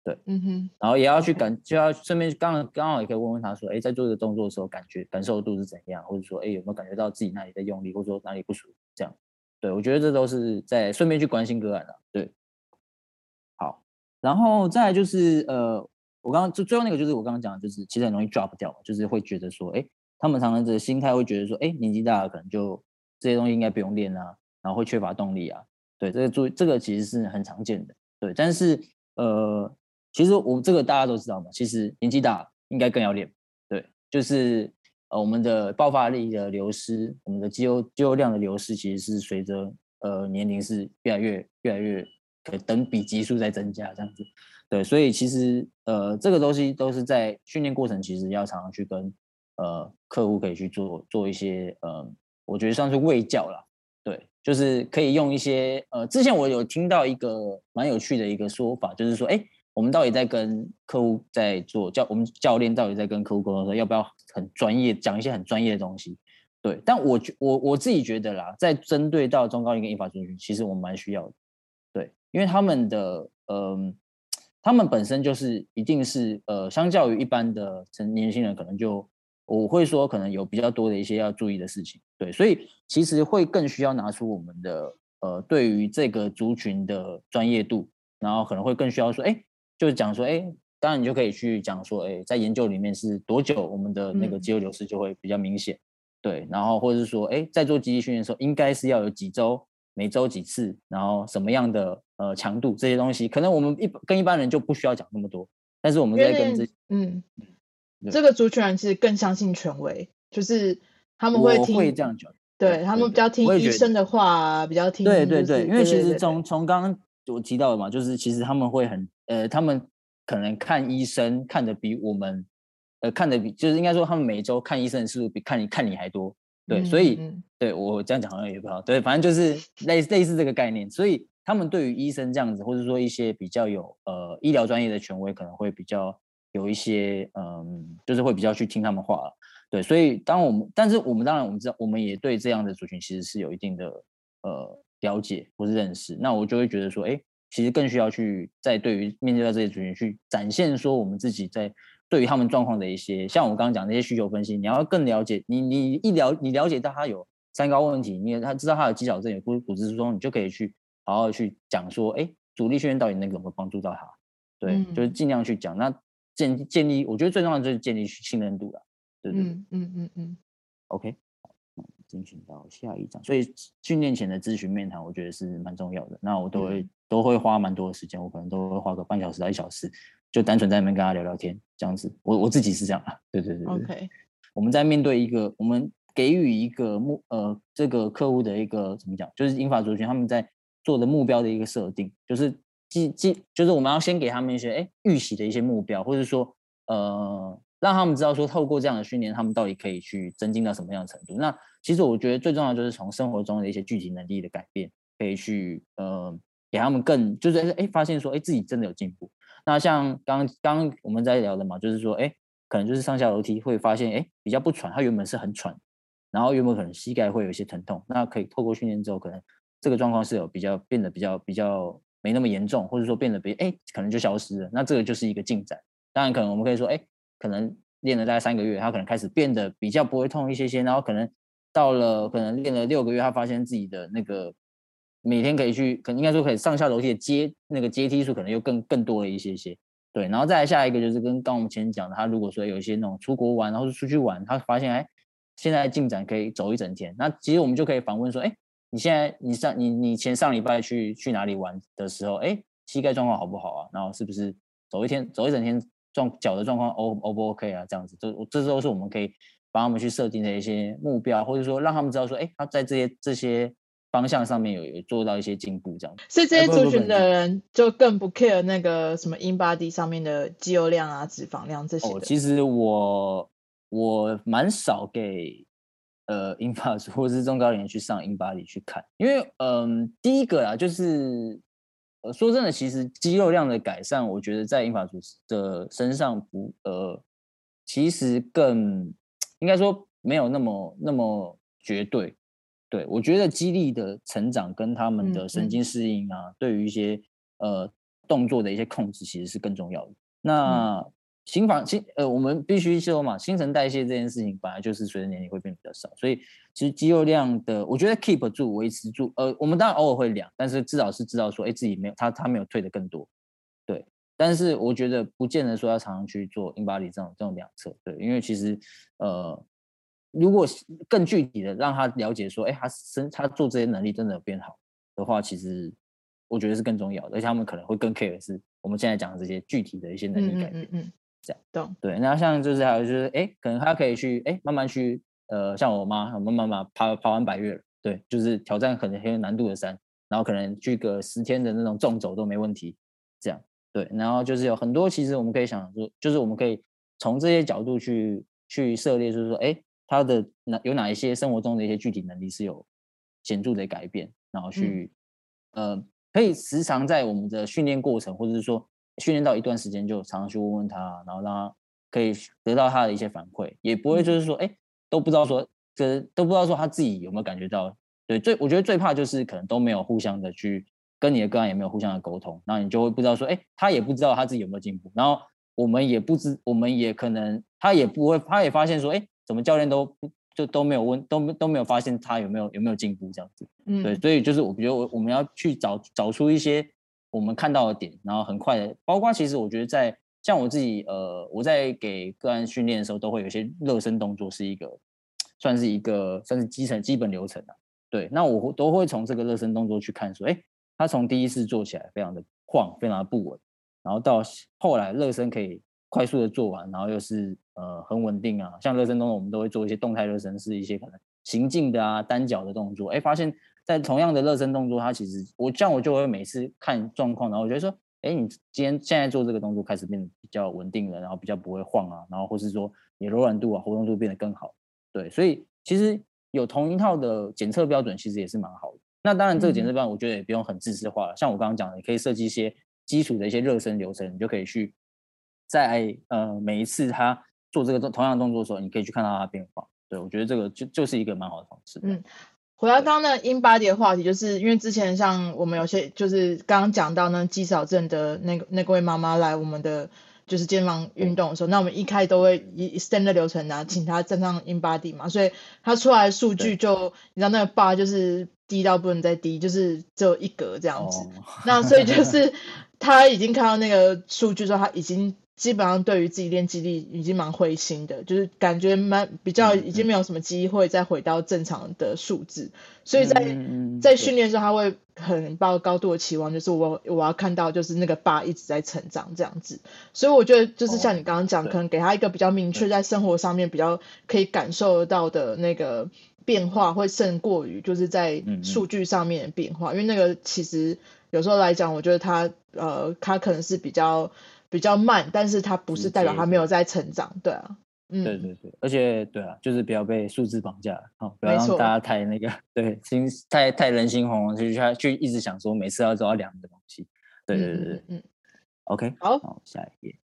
然后也要去 OK 就要顺便刚好也可以问问他说，在做这个动作的时候感受度是怎样，或者说有没有感觉到自己哪里在用力，或者说哪里不舒服这样。对，我觉得这都是在顺便去关心个案啦。对，好，然后再来就是我刚刚最后那个就是我刚刚讲的，就是其实很容易 drop 掉，就是会觉得说，他们常常的心态会觉得说，年纪大了可能就这些东西应该不用练啊，然后会缺乏动力啊。对，这个其实是很常见的。对，但是其实这个大家都知道嘛，其实年纪大应该更要练。对，就是我们的爆发力的流失，我们的肌肉量的流失，其实是随着年龄是越来越可以等比级数在增加这样子。对，所以其实这个东西都是在训练过程，其实要常常去跟客户可以去做一些我觉得算是卫教啦。对，就是可以用一些之前我有听到一个蛮有趣的一个说法，就是说，我们到底在跟客户在做我们教练到底在跟客户沟通的时候，要不要很专业讲一些很专业的东西？对，但我自己觉得啦，在针对到中高龄跟英法族群，其实我们蛮需要的。对，因为他们本身就是一定是相较于一般的年轻人，可能就我会说可能有比较多的一些要注意的事情。对，所以其实会更需要拿出我们的对于这个族群的专业度，然后可能会更需要说，就是讲说，当然你就可以去讲说，在研究里面是多久我们的那个肌肉流失就会比较明显。对，然后或者是说，在做肌力训练的时候，应该是要有几周，每周几次，然后什么样的强度这些东西，可能我们跟一般人就不需要讲那么多，但是我们在跟这个族群人其实更相信权威，就是他们会我会听， 这样讲。 对，他们比较听我也觉得， 医生的话，比较听就对， 是因为其实对， 从刚刚我提到的嘛，就是其实他们会他们可能看医生看的比我们看的就是应该说他们每周看医生的次数比看你还多。对，所以对我这样讲好像也不好，对，反正就是类似这个概念，所以他们对于医生这样子，或者说一些比较有医疗专业的权威，可能会比较有一些就是会比较去听他们话了。对，所以但是我们当然我们知道，我们也对这样的族群其实是有一定的了解或是认识，那我就会觉得说，其实更需要去在对于面对到这些族群去展现说我们自己在对于他们状况的一些，像我刚刚讲那些需求分析，你要更了解，你了解到他有三高问题，他知道他有肌少症有骨质疏松，你就可以去好好去讲说，主力训练到底能怎么帮助到他。对，就是尽量去讲。那建立，我觉得最重要的就是建立信任度啦。对对对，OK。进行到下一章，所以训练前的咨询面谈，我觉得是蛮重要的。那我都会花蛮多的时间，我可能都会花个半小时到1小时，就单纯在那边跟他聊聊天，这样子。我自己是这样啊，对 ，OK， 我们在面对我们给予一个这个客户的一个怎么讲，就是英法族群他们在做的目标的一个设定，就是就是我们要先给他们一些预习的一些目标，或者说让他们知道说透过这样的训练，他们到底可以去增进到什么样的程度。那其实我觉得最重要就是从生活中的一些具体能力的改变，可以去给他们更就是发现说自己真的有进步。那像刚我们在聊的嘛，就是说可能就是上下楼梯会发现比较不喘，他原本是很喘，然后原本可能膝盖会有一些疼痛，那可以透过训练之后，可能这个状况是有变得比较没那么严重，或者说变得可能就消失了。那这个就是一个进展。当然可能我们可以说可能练了大概3个月，他可能开始变得比较不会痛一些，然后可能到了可能练了6个月，他发现自己的那个每天可以去，可能应该说可以上下楼梯的那个阶梯数可能又更多了一些。对，然后再来下一个就是跟刚我们前面讲的，他如果说有一些那种出国玩，然后出去玩，他发现现在进展可以走一整天，那其实我们就可以反问说，你现在你前上礼拜去哪里玩的时候，膝盖状况好不好啊？然后是不是走一整天脚的状况 O 不 OK 啊？这样子，这都是我们可以帮他们去设定的一些目标，或者说让他们知道说，他在这些方向上面有做到一些进步，这样。 所以这些族群的人就更不 care 那个什么 InBody 上面的肌肉量啊、脂肪量这些的。 其实我蛮少给InBody 或者是中高龄去上 InBody 去看，因为第一个啦，就是说真的，其实肌肉量的改善，我觉得在InBody的身上其实更应该说没有那么绝对。对，我觉得肌力的成长跟他们的神经适应啊，对于一些动作的一些控制其实是更重要的。那我们必须说嘛，新陈代谢这件事情本来就是随着年龄会变得比较少，所以其实肌肉量的，我觉得 keep 住维持住，我们当然偶尔会量，但是至少是知道说，自己没有他没有退的更多，对。但是我觉得不见得说要常常去做 InBody 这种量测，对，因为其实如果更具体的让他了解说，他做这些能力真的有变好的话，其实我觉得是更重要的，而且他们可能会更 care 的是我们现在讲的这些具体的一些能力改变。这样懂。 对，那像就是还有就是，可能他可以去慢慢去像我妈慢慢爬完100岳了，对，就是挑战可能很有难度的山，然后可能去个10天的那种纵走都没问题，这样对，然后就是有很多其实我们可以想说，就是我们可以从这些角度去涉猎，就是说，他的有哪一些生活中的一些具体能力是有显著的改变，然后去可以时常在我们的训练过程，或者是说训练到一段时间，就常常去问问他，然后让他可以得到他的一些反馈，也不会就是说，都不知道说，都不知道说他自己有没有感觉到。对，我觉得最怕就是可能都没有互相的去跟你的个案也没有互相的沟通，然后你就会不知道说，他也不知道他自己有没有进步，然后我们也可能他也不会，他也发现说，怎么教练都没有都没有发现他有没有进步这样子。对，所以就是我觉得我们要去找出一些我们看到的点，然后很快的，包括其实我觉得像我自己我在给个案训练的时候，都会有一些热身动作，算是基本流程啊。对，那我都会从这个热身动作去看说，他从第一次做起来非常的晃，非常的不稳，然后到后来热身可以快速的做完，然后又是很稳定啊。像热身动作我们都会做一些动态热身，是一些可能行进的啊单脚的动作，发现在同样的热身动作，它其实我就会每次看状况，然后我觉得说，你现在做这个动作开始变得比较稳定了，然后比较不会晃啊，然后或是说你柔软度啊活动度变得更好。对，所以其实有同一套的检测标准，其实也是蛮好的。那当然，这个检测标准我觉得也不用很自私化了。像我刚刚讲的，你可以设计一些基础的一些热身流程，你就可以去在每一次他做这个同样的动作的时候，你可以去看到他的变化。对，我觉得这个就是一个蛮好的方式。 回到刚刚那个 InBody 的话题，就是因为之前像我们有些就是刚刚讲到那肌少症的那位妈妈来我们的就是健身房运动的时候，那我们一开始都会以 standard 流程啊，请她站上 InBody 嘛，所以她出来的数据就你知道那个 bar 就是低到不能再低，就是只有一格这样子。那所以就是她已经看到那个数据之后，她已经基本上对于自己练肌力已经蛮灰心的，就是感觉比较已经没有什么机会再回到正常的数字，所以在训练的时候他会很抱高度的期望，就是我要看到就是那个bar一直在成长这样子，所以我觉得就是像你刚刚讲，可能给他一个比较明确在生活上面比较可以感受得到的那个变化，会胜过于就是在数据上面的变化，因为那个其实有时候来讲，我觉得他可能是比较慢，但是它不是代表它没有在成长，对啊， 对，而且对啊，就是不要被数字绑架，不要让大家太那个，对，太人心惶惶，去一直想说每次要都要量的东西，对，OK，好，下一页，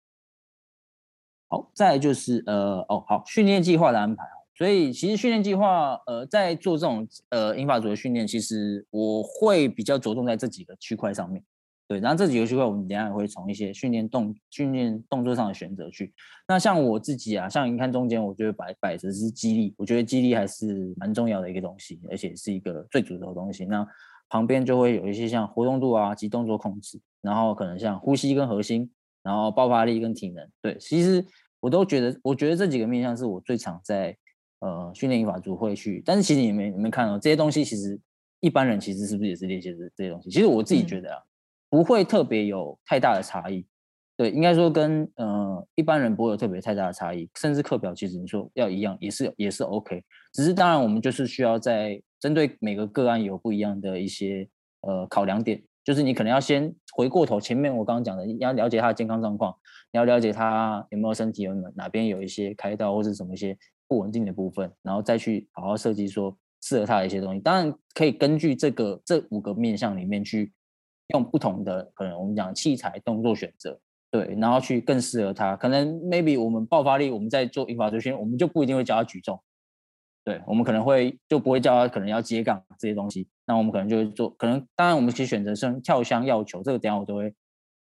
好，再来就是好，训练计划的安排，所以其实训练计划在做这种英法组的训练，其实我会比较着重在这几个区块上面。对，然后这几个区块我们等一下也会从一些训练动作上的选择去。那像我自己啊，像你看中间，我觉得摆着是肌力，我觉得肌力还是蛮重要的一个东西，而且是一个最主流的东西。那旁边就会有一些像活动度啊及动作控制，然后可能像呼吸跟核心，然后爆发力跟体能。对，其实我觉得这几个面向是我最常在训练英法组会去。但是其实你们看这些东西，其实一般人其实是不是也是练习这些东西？其实我自己觉得啊。不会特别有太大的差异，对，应该说跟一般人不会有特别太大的差异，甚至课表其实你说要一样也是 OK， 只是当然我们就是需要在针对每个个案有不一样的一些考量点，就是你可能要先回过头前面我刚刚讲的，你要了解他的健康状况，你要了解他有没有身体有哪边有一些开刀或是什么一些不稳定的部分，然后再去好好设计说适合他的一些东西，当然可以根据这5个面向里面去。用不同的可能我们讲器材动作选择，对，然后去更适合他。可能 maybe 我们爆发力，我们在做英法训练，我们就不一定会教他举重，对，我们可能就不会教他可能要接杠这些东西。那我们可能就会做，可能当然我们可以选择像跳箱、药球，这个等一下我都会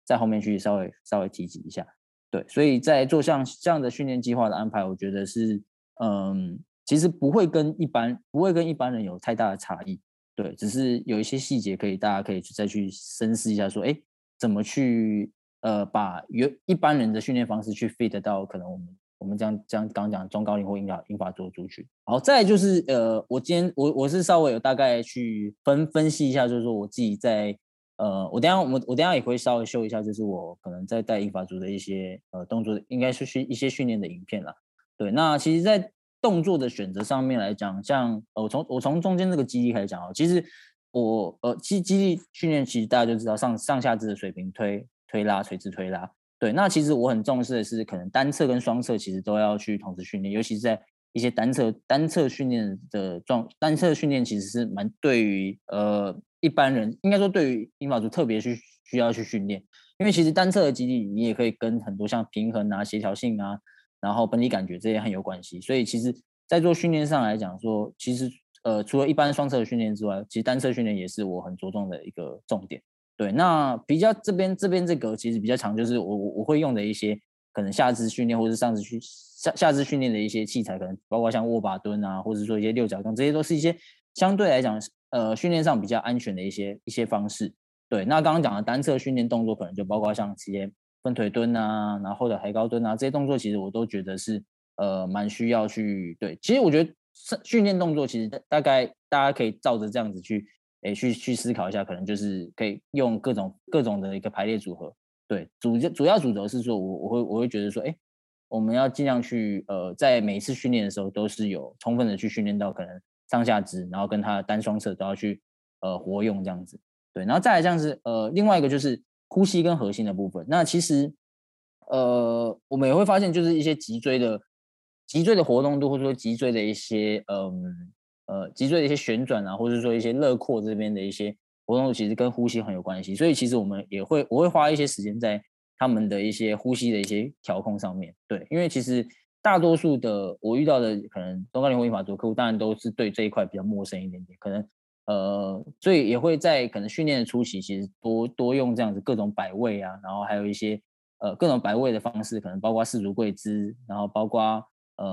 在后面去稍微提及一下。对，所以在做像这样的训练计划的安排，我觉得是其实不会跟一般人有太大的差异。对，只是有一些细节大家可以再去深思一下，说，哎，怎么去把一般人的训练方式去 fit 到可能我们这样刚刚讲中高龄或英法族族群。好，再来就是我今天我是稍微有大概去分析一下，就是说我自己在我等一下也会稍微秀一下，就是我可能在带英法族的一些动作，应该是一些训练的影片啦。对，那其实，在动作的选择上面来讲，像我从中间这个肌力开始讲哦，其实我肌力训练其实大家就知道上下肢的水平推拉、垂直推拉。对，那其实我很重视的是，可能单侧跟双侧其实都要去同时训练，尤其是在一些单侧训练单侧训练其实是蛮对于一般人，应该说对于英法族特别需要去训练，因为其实单侧的肌力你也可以跟很多像平衡啊、协调性啊，然后本体感觉这些很有关系，所以其实在做训练上来讲说，其实除了一般双侧的训练之外，其实单侧训练也是我很着重的一个重点。对，那比较这边这个其实比较长，就是我会用的一些可能下肢训练或是下肢训练的一些器材，可能包括像握把蹲啊，或者说一些六角杠，这些都是一些相对来讲训练上比较安全的一些方式。对，那刚刚讲的单侧训练动作，可能就包括像这些分腿蹲啊，然后或者抬高蹲啊这些动作，其实我都觉得是蛮需要去对。其实我觉得训练动作其实大概大家可以照着这样子去思考一下，可能就是可以用各种的一个排列组合。对，主要主轴是说我会觉得说，哎，我们要尽量去在每一次训练的时候都是有充分的去训练到可能上下肢，然后跟它的单双侧都要去活用这样子。对，然后再来像是另外一个就是呼吸跟核心的部分。那其实我们也会发现就是一些脊椎的活动度，或者说脊椎的一些脊椎的一些旋转啊，或者说一些肋廓这边的一些活动度，其实跟呼吸很有关系。所以其实我会花一些时间在他们的一些呼吸的一些调控上面。对，因为其实大多数的我遇到的可能中高龄或英法族客户，当然都是对这一块比较陌生一点点，可能所以也会在可能训练的初期，其实多用这样子各种摆位啊，然后还有一些各种摆位的方式，可能包括四足跪姿，然后包括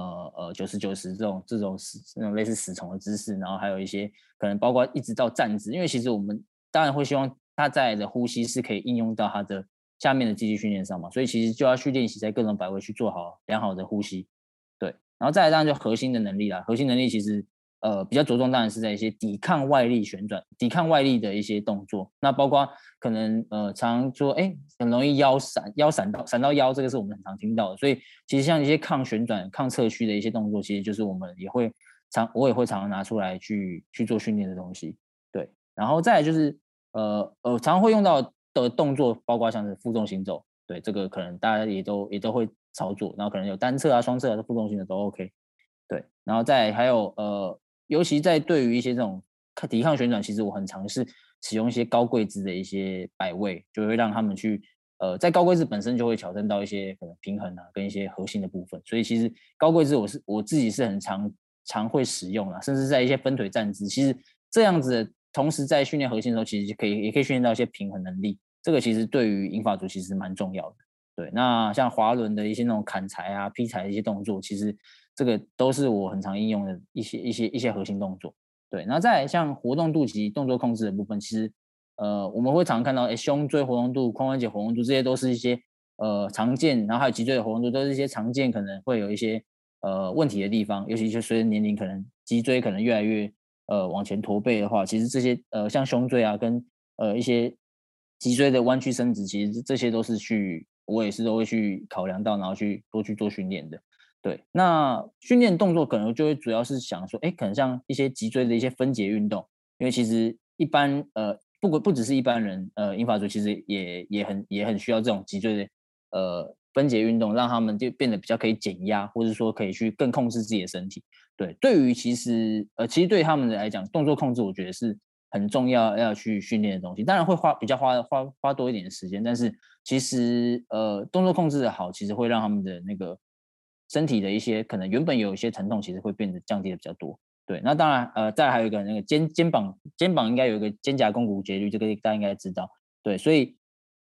90-90这种类似死虫的姿势，然后还有一些可能包括一直到站姿，因为其实我们当然会希望他在的呼吸是可以应用到他的下面的肌力训练上嘛，所以其实就要去练习在各种摆位去做好良好的呼吸。对，然后再来当然就核心的能力啦，核心能力其实比较着重当然是在一些抵抗外力旋转、抵抗外力的一些动作。那包括可能常说，哎，很容易闪到腰，这个是我们很常听到的。所以其实像一些抗旋转、抗侧屈的一些动作，其实就是我们我也会常常拿出来去做训练的东西。对，然后再来就是常常会用到的动作，包括像是负重行走。对，这个可能大家也都会操作，然后可能有单侧啊、双侧啊的负重行走都 OK。对，然后再还有尤其在对于一些这种抵抗旋转，其实我很尝试使用一些高跪姿的一些摆位，就会让他们去在高跪姿本身就会挑战到一些可能平衡啊跟一些核心的部分，所以其实高跪姿我自己是很常会使用啦，甚至在一些分腿站姿，其实这样子的同时在训练核心的时候，其实也可以训练到一些平衡能力，这个其实对于银发族其实蛮重要的。对，那像滑轮的一些那种砍柴啊、劈柴的一些动作，其实这个都是我很常应用的一些核心动作。对，然后再来像活动度及动作控制的部分，其实我们会常看到，胸椎活动度、髋关节活动度这些都是一些常见，然后还有脊椎的活动度都是一些常见可能会有一些问题的地方，尤其是随着年龄，可能脊椎可能越来越往前驼背的话，其实这些像胸椎啊跟一些脊椎的弯曲伸直，其实这些都是我也是都会去考量到，然后多去做训练的。对，那训练动作可能就会主要是想说，哎，可能像一些脊椎的一些分解运动，因为其实一般不只是一般人，英法族其实也很需要这种脊椎的分解运动，让他们就变得比较可以减压，或者说可以去更控制自己的身体。对，对于其实对他们来讲，动作控制我觉得是很重要要去训练的东西。当然会比较花多一点的时间，但是其实动作控制的好，其实会让他们的那个身体的一些可能原本有一些疼痛，其实会变得降低的比较多。对，那当然再来还有一个那个肩膀应该有一个肩胛肱骨节律，这个大家应该知道。对，所以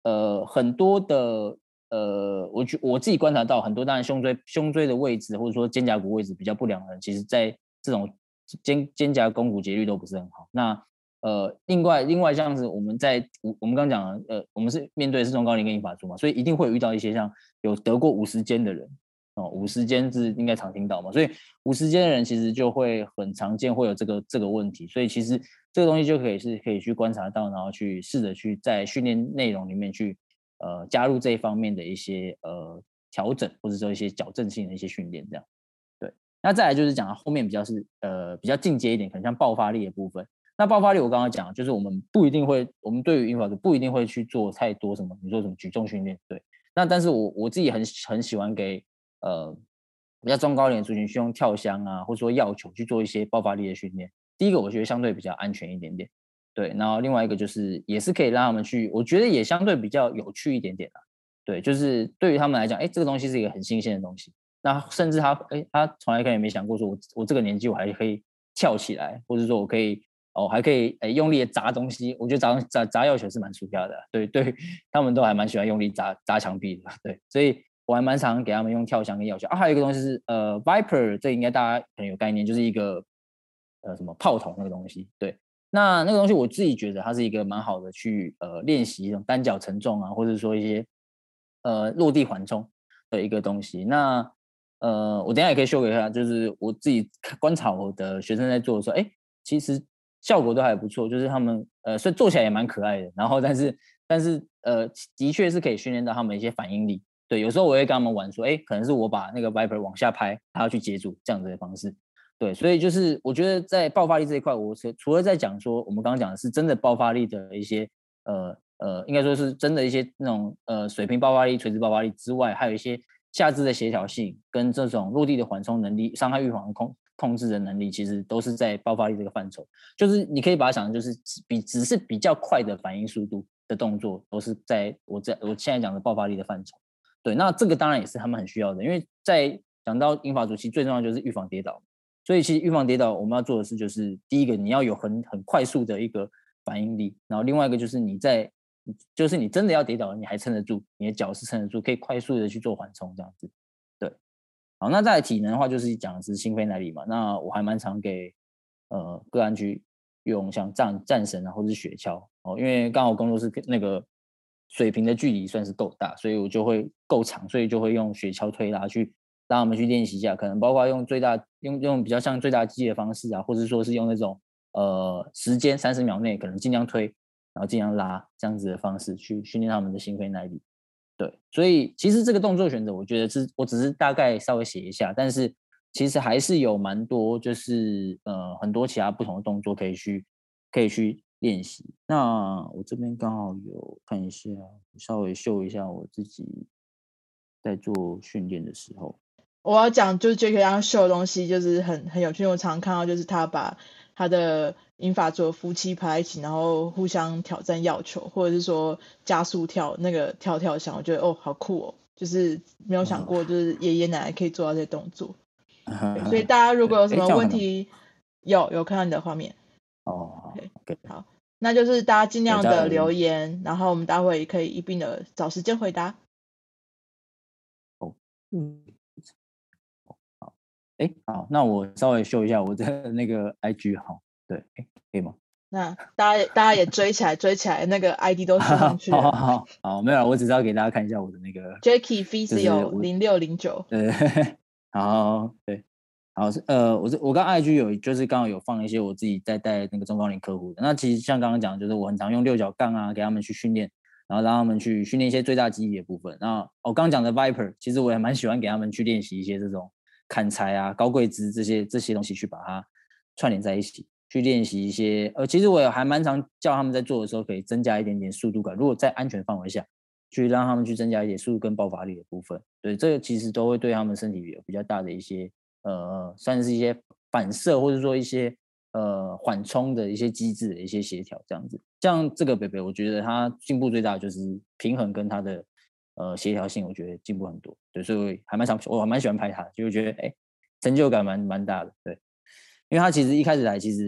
很多的我自己观察到很多，当然胸椎的位置或者说肩胛骨位置比较不良的人，其实在这种肩胛肱骨节律都不是很好。那另外像是我们刚刚讲的我们是面对的是中高龄跟银发族嘛，所以一定会有遇到一些像有得过50肩的人哦，50肩是应该常听到嘛，所以50肩的人其实就会很常见会有这个问题，所以其实这个东西就可以去观察到，然后去试着去在训练内容里面去加入这一方面的一些调整，或者说一些矫正性的一些训练，这样对。那再来就是讲后面比较进阶一点，可能像爆发力的部分。那爆发力我刚刚讲，就是我们对于英法组不一定会去做太多什么，你说什么举重训练，对。那但是我自己很喜欢给比较中高龄的族群去用跳箱啊，或者说药球去做一些爆发力的训练。第一个我觉得相对比较安全一点点，对。然后另外一个就是也是可以让他们去，我觉得也相对比较有趣一点点啦，对，就是对于他们来讲，这个东西是一个很新鲜的东西。那甚至他从来可能也没想过说我这个年纪我还可以跳起来，或者说我可以还可以用力的砸东西。我觉得砸药球是蛮舒压的，对，他们都还蛮喜欢用力砸墙壁的，对。所以我还蛮常给他们用跳箱跟药球啊。还有一个东西是Viper， 这应该大家可能有概念，就是一个什么炮筒那个东西，对。那个东西我自己觉得它是一个蛮好的去练习这种单脚承重啊，或者说一些落地缓冲的一个东西。那我等一下也可以秀给他，就是我自己观察我的学生在做的时候，其实效果都还不错，就是他们所以做起来也蛮可爱的。然后但是的确是可以训练到他们一些反应力。对，有时候我会跟他们玩说，可能是我把那个 Viper 往下拍，他要去接住这样子的方式。对，所以就是我觉得在爆发力这一块，我除了在讲说我们刚刚讲的是真的爆发力的一些应该说是真的一些那种水平爆发力、垂直爆发力之外，还有一些下肢的协调性跟这种落地的缓冲能力、伤害预防控制的能力，其实都是在爆发力这个范畴。就是你可以把它想成就是只是比较快的反应速度的动作，都是在我现在讲的爆发力的范畴。对，那这个当然也是他们很需要的，因为在讲到英法主期最重要的就是预防跌倒。所以其实预防跌倒，我们要做的事就是第一个，你要有很快速的一个反应力，然后另外一个就是你真的要跌倒，你还撑得住，你的脚是撑得住，可以快速的去做缓冲这样子。对，好，那在体能的话，就是讲的是心肺耐力嘛。那我还蛮常给个案去用像战神啊，或者是雪橇哦，因为刚好工作室那个水平的距离算是够大，所以我就会够长，所以就会用雪橇推拉去让他们去练习一下，可能包括用比较像最大肌的方式啊，或者说是用那种时间30秒内可能尽量推，然后尽量拉这样子的方式去训练他们的心肺耐力。对，所以其实这个动作选择，我觉得我只是大概稍微写一下，但是其实还是有蛮多就是很多其他不同的动作可以去练习。那我这边刚好有看一下，稍微秀一下我自己在做训练的时候。 我要讲就是 Jacky 刚刚秀的东西，就是很有趣。我常常看到就是他把他的英法组夫妻排在一起，然后互相挑战要求，或者是说加速跳那个跳箱，我觉得好酷哦，就是没有想过就是爷爷奶奶可以做到这些动作。所以大家如果有什么问题，有看到你的画面哦， OK， 好，那就是大家尽量的留言，然后我们待会可以一并的找时间回答。 好，那我稍微秀一下我的那个 IG 好，对，可以吗？ 那大家也追起来，那个 ID 都输上去了。 好，没有，我只是要给大家看一下我的那个 Jacky Physio 0609。 对，好，对，好，我刚 IG 就是刚好有放一些我自己在带那个中高龄客户的。那其实像刚刚讲，就是我很常用六角杠啊，给他们去训练，然后让他们去训练一些最大肌力的部分。那我刚刚讲的 Viper， 其实我也蛮喜欢给他们去练习一些这种砍柴啊、高跪姿这些东西，去把它串联在一起，去练习一些。其实我也还蛮常叫他们在做的时候，可以增加一点点速度感。如果在安全范围下，去让他们去增加一点速度跟爆发力的部分。对，这个其实都会对他们身体有比较大的一些算是一些反射，或者说一些缓冲的一些机制的一些协调，这样子。像这个北北，我觉得他进步最大的就是平衡跟他的协调性，我觉得进步很多。对，所以我还蛮喜欢拍他，就觉得成就感蛮大的。对，因为他其实一开始来，其实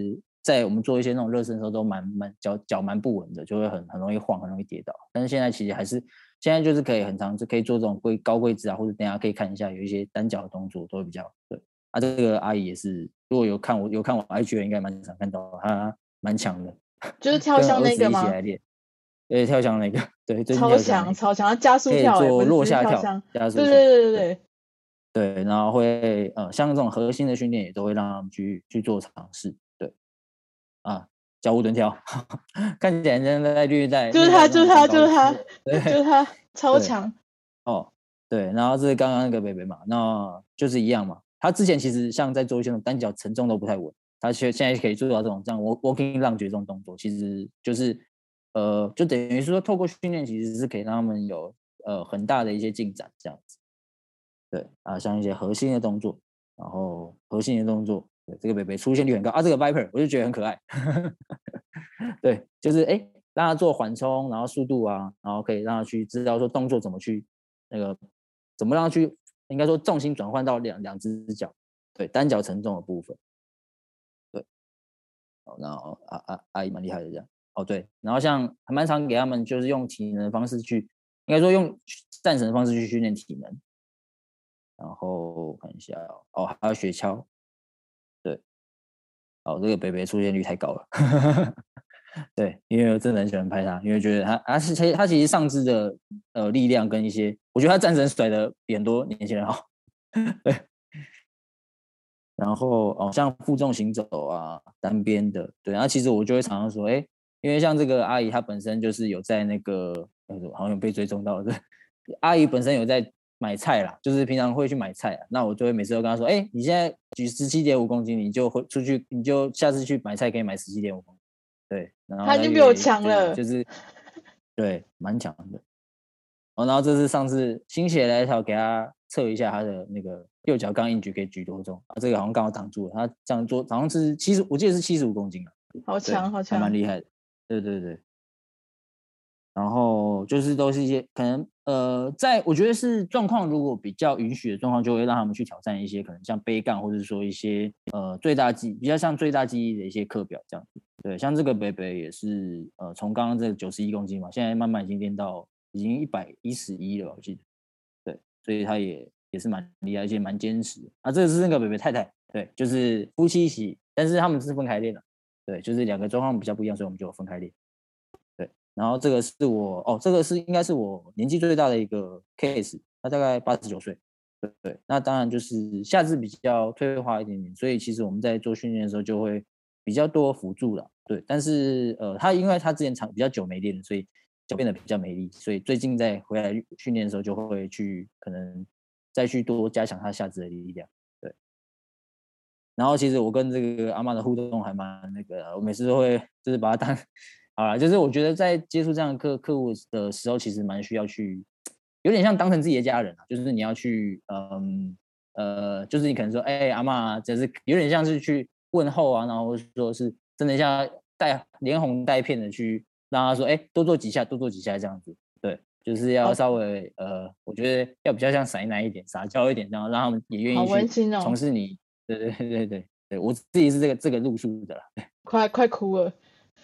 在我们做一些那种热身的时候都脚蛮不稳的，就会很容易晃，很容易跌倒。但是现在其实现在就是可以很常就可以做这种高跪姿啊，或者等一下可以看一下有一些单脚的动作都会比较对。啊，这个阿姨也是，如果有看我 IG 的应该蛮常看到，她蛮强的， 就是跳跟箱儿子一起那个吗？ 来练。对，跳箱那个，对，最近超跳箱那个强超强，加速可以跳不是只是做落下跳箱。对加速跳， 对对对对。 对，然后会像这种核心的训练也都会让他们去做尝试，对啊，交互蹲跳，看起来真的在虐待就是他， 那种中高龄， 就是他，超对强。 哦，对，然后这是刚刚那个北北嘛，那就是一样嘛，他之前其实像在做一些那种单脚承重都不太稳，他现在可以做到这种walking lunge 这种动作，其实就是就等于是说透过训练其实是可以让他们有很大的一些进展这样子。对啊，像一些核心的动作，然后核心的动作，对这个北北出现率很高啊。这个 Viper 我就觉得很可爱，对，就是让他做缓冲，然后速度啊，然后可以让他去知道说动作怎么去那个怎么让他去，应该说重心转换到两只脚，对，单脚承重的部分，对，然后阿姨蛮厉害的这样，哦对，然后像还蛮常给他们就是用体能的方式去，应该说用战神的方式去训练体能。然后看一下哦，还有雪橇，对，哦，这个北北出现率太高了，对，因为我真的很喜欢拍他，因为觉得他其实上肢的力量跟一些，我觉得他战神甩的比很多年轻人好，对，然后像负重行走啊，单边的，对，然后其实我就会常常说，因为像这个阿姨她本身就是有在那个好像有被追踪到的，阿姨本身有在买菜啦，就是平常会去买菜，那我就会每次都跟她说，你现在举17.5公斤，你就出去，你就下次去买菜可以买17.5公斤，对，然后他已经比我强了。 就是对，蛮强的。然后这是上次心血来潮给他测一下他的那个右脚刚硬举可以举多重啊，这个好像刚好挡住了，他这样做好像是我记得是75公斤啊， 好强好强， 还蛮厉害的，对对对。然后就是都是一些可能在我觉得是状况如果比较允许的状况，就会让他们去挑战一些可能像背杠或者说一些最大肌比较像最大肌力的一些课表这样子。对，像这个北北也是从刚刚这个91公斤嘛，现在慢慢已经练到已经111了，我记得。对，所以他也是蛮厉害，而且蛮坚持的。啊，这个是那个北北太太，对，就是夫妻一起，但是他们是分开练的。对，就是两个状况比较不一样，所以我们就分开练。对，然后这个是这个应该是我年纪最大的一个 case， 他大概89岁。对，那当然就是下肢比较退化一点点，所以其实我们在做训练的时候就会比较多辅助了。对，但是他因为他之前比较久没练了，所以脚变得比较没力，所以最近在回来训练的时候就会去可能再去多加强他下肢的力量。对，然后其实我跟这个阿嬷的互动还蛮那个，我每次都会就是把他当好啦，就是我觉得在接触这样的客户的时候，其实蛮需要去，有点像当成自己的家人啊，就是你要去，就是你可能说，阿嬷，就是有点像是去问候啊，然后说是真的像连哄带骗的去让他说，多做几下，多做几下这样子，对，就是要稍微我觉得要比较像撒奶一点，撒娇一点，这样让他们也愿好意去温馨哦， 从事你，对，我自己是这个路数的啦。 快哭了。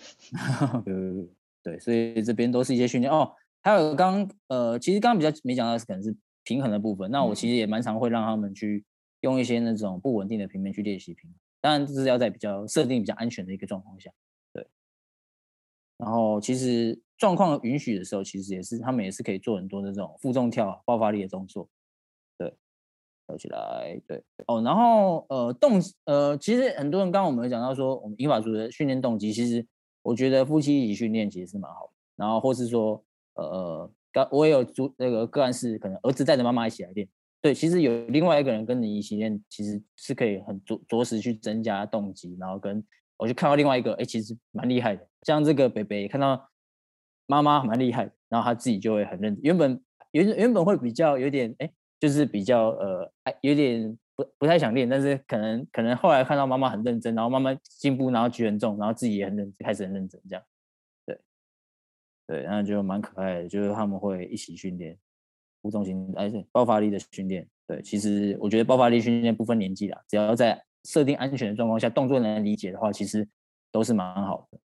对，所以这边都是一些训练哦。还有其实刚刚比较没讲到是可能是平衡的部分。那我其实也蛮常会让他们去用一些那种不稳定的平面去练习平衡。当然这是要在设定比较安全的一个状况下，对。然后其实状况允许的时候，其实他们也是可以做很多的这种负重跳、爆发力的动作，对。跳起来，对哦，然后其实很多人刚刚我们有讲到说，我们英法族的训练动机，其实我觉得夫妻一起训练其实是蛮好的。然后或是说，我也有那个个案是可能儿子带着妈妈一起来练，对，其实有另外一个人跟你一起练，其实是可以很着实去增加动机，然后跟我就看到另外一个，其实蛮厉害的，像这个北北看到妈妈蛮厉害的，然后他自己就会很认真，原本会比较有点就是比较有点不太想练，但是可能后来看到妈妈很认真，然后慢慢进步，然后举很重，然后自己也开始很认真这样，对对，然后就蛮可爱的，就是他们会一起训练负重型爆发力的训练，对，其实我觉得爆发力训练不分年纪啦，只要在设定安全的状况下，动作能理解的话，其实都是蛮好的。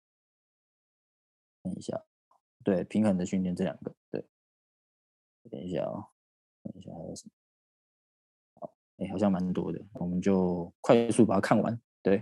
等一下，对，平衡的训练这2个，对，等一下等一下还有什么？好，好像蛮多的，我们就快速把它看完。对，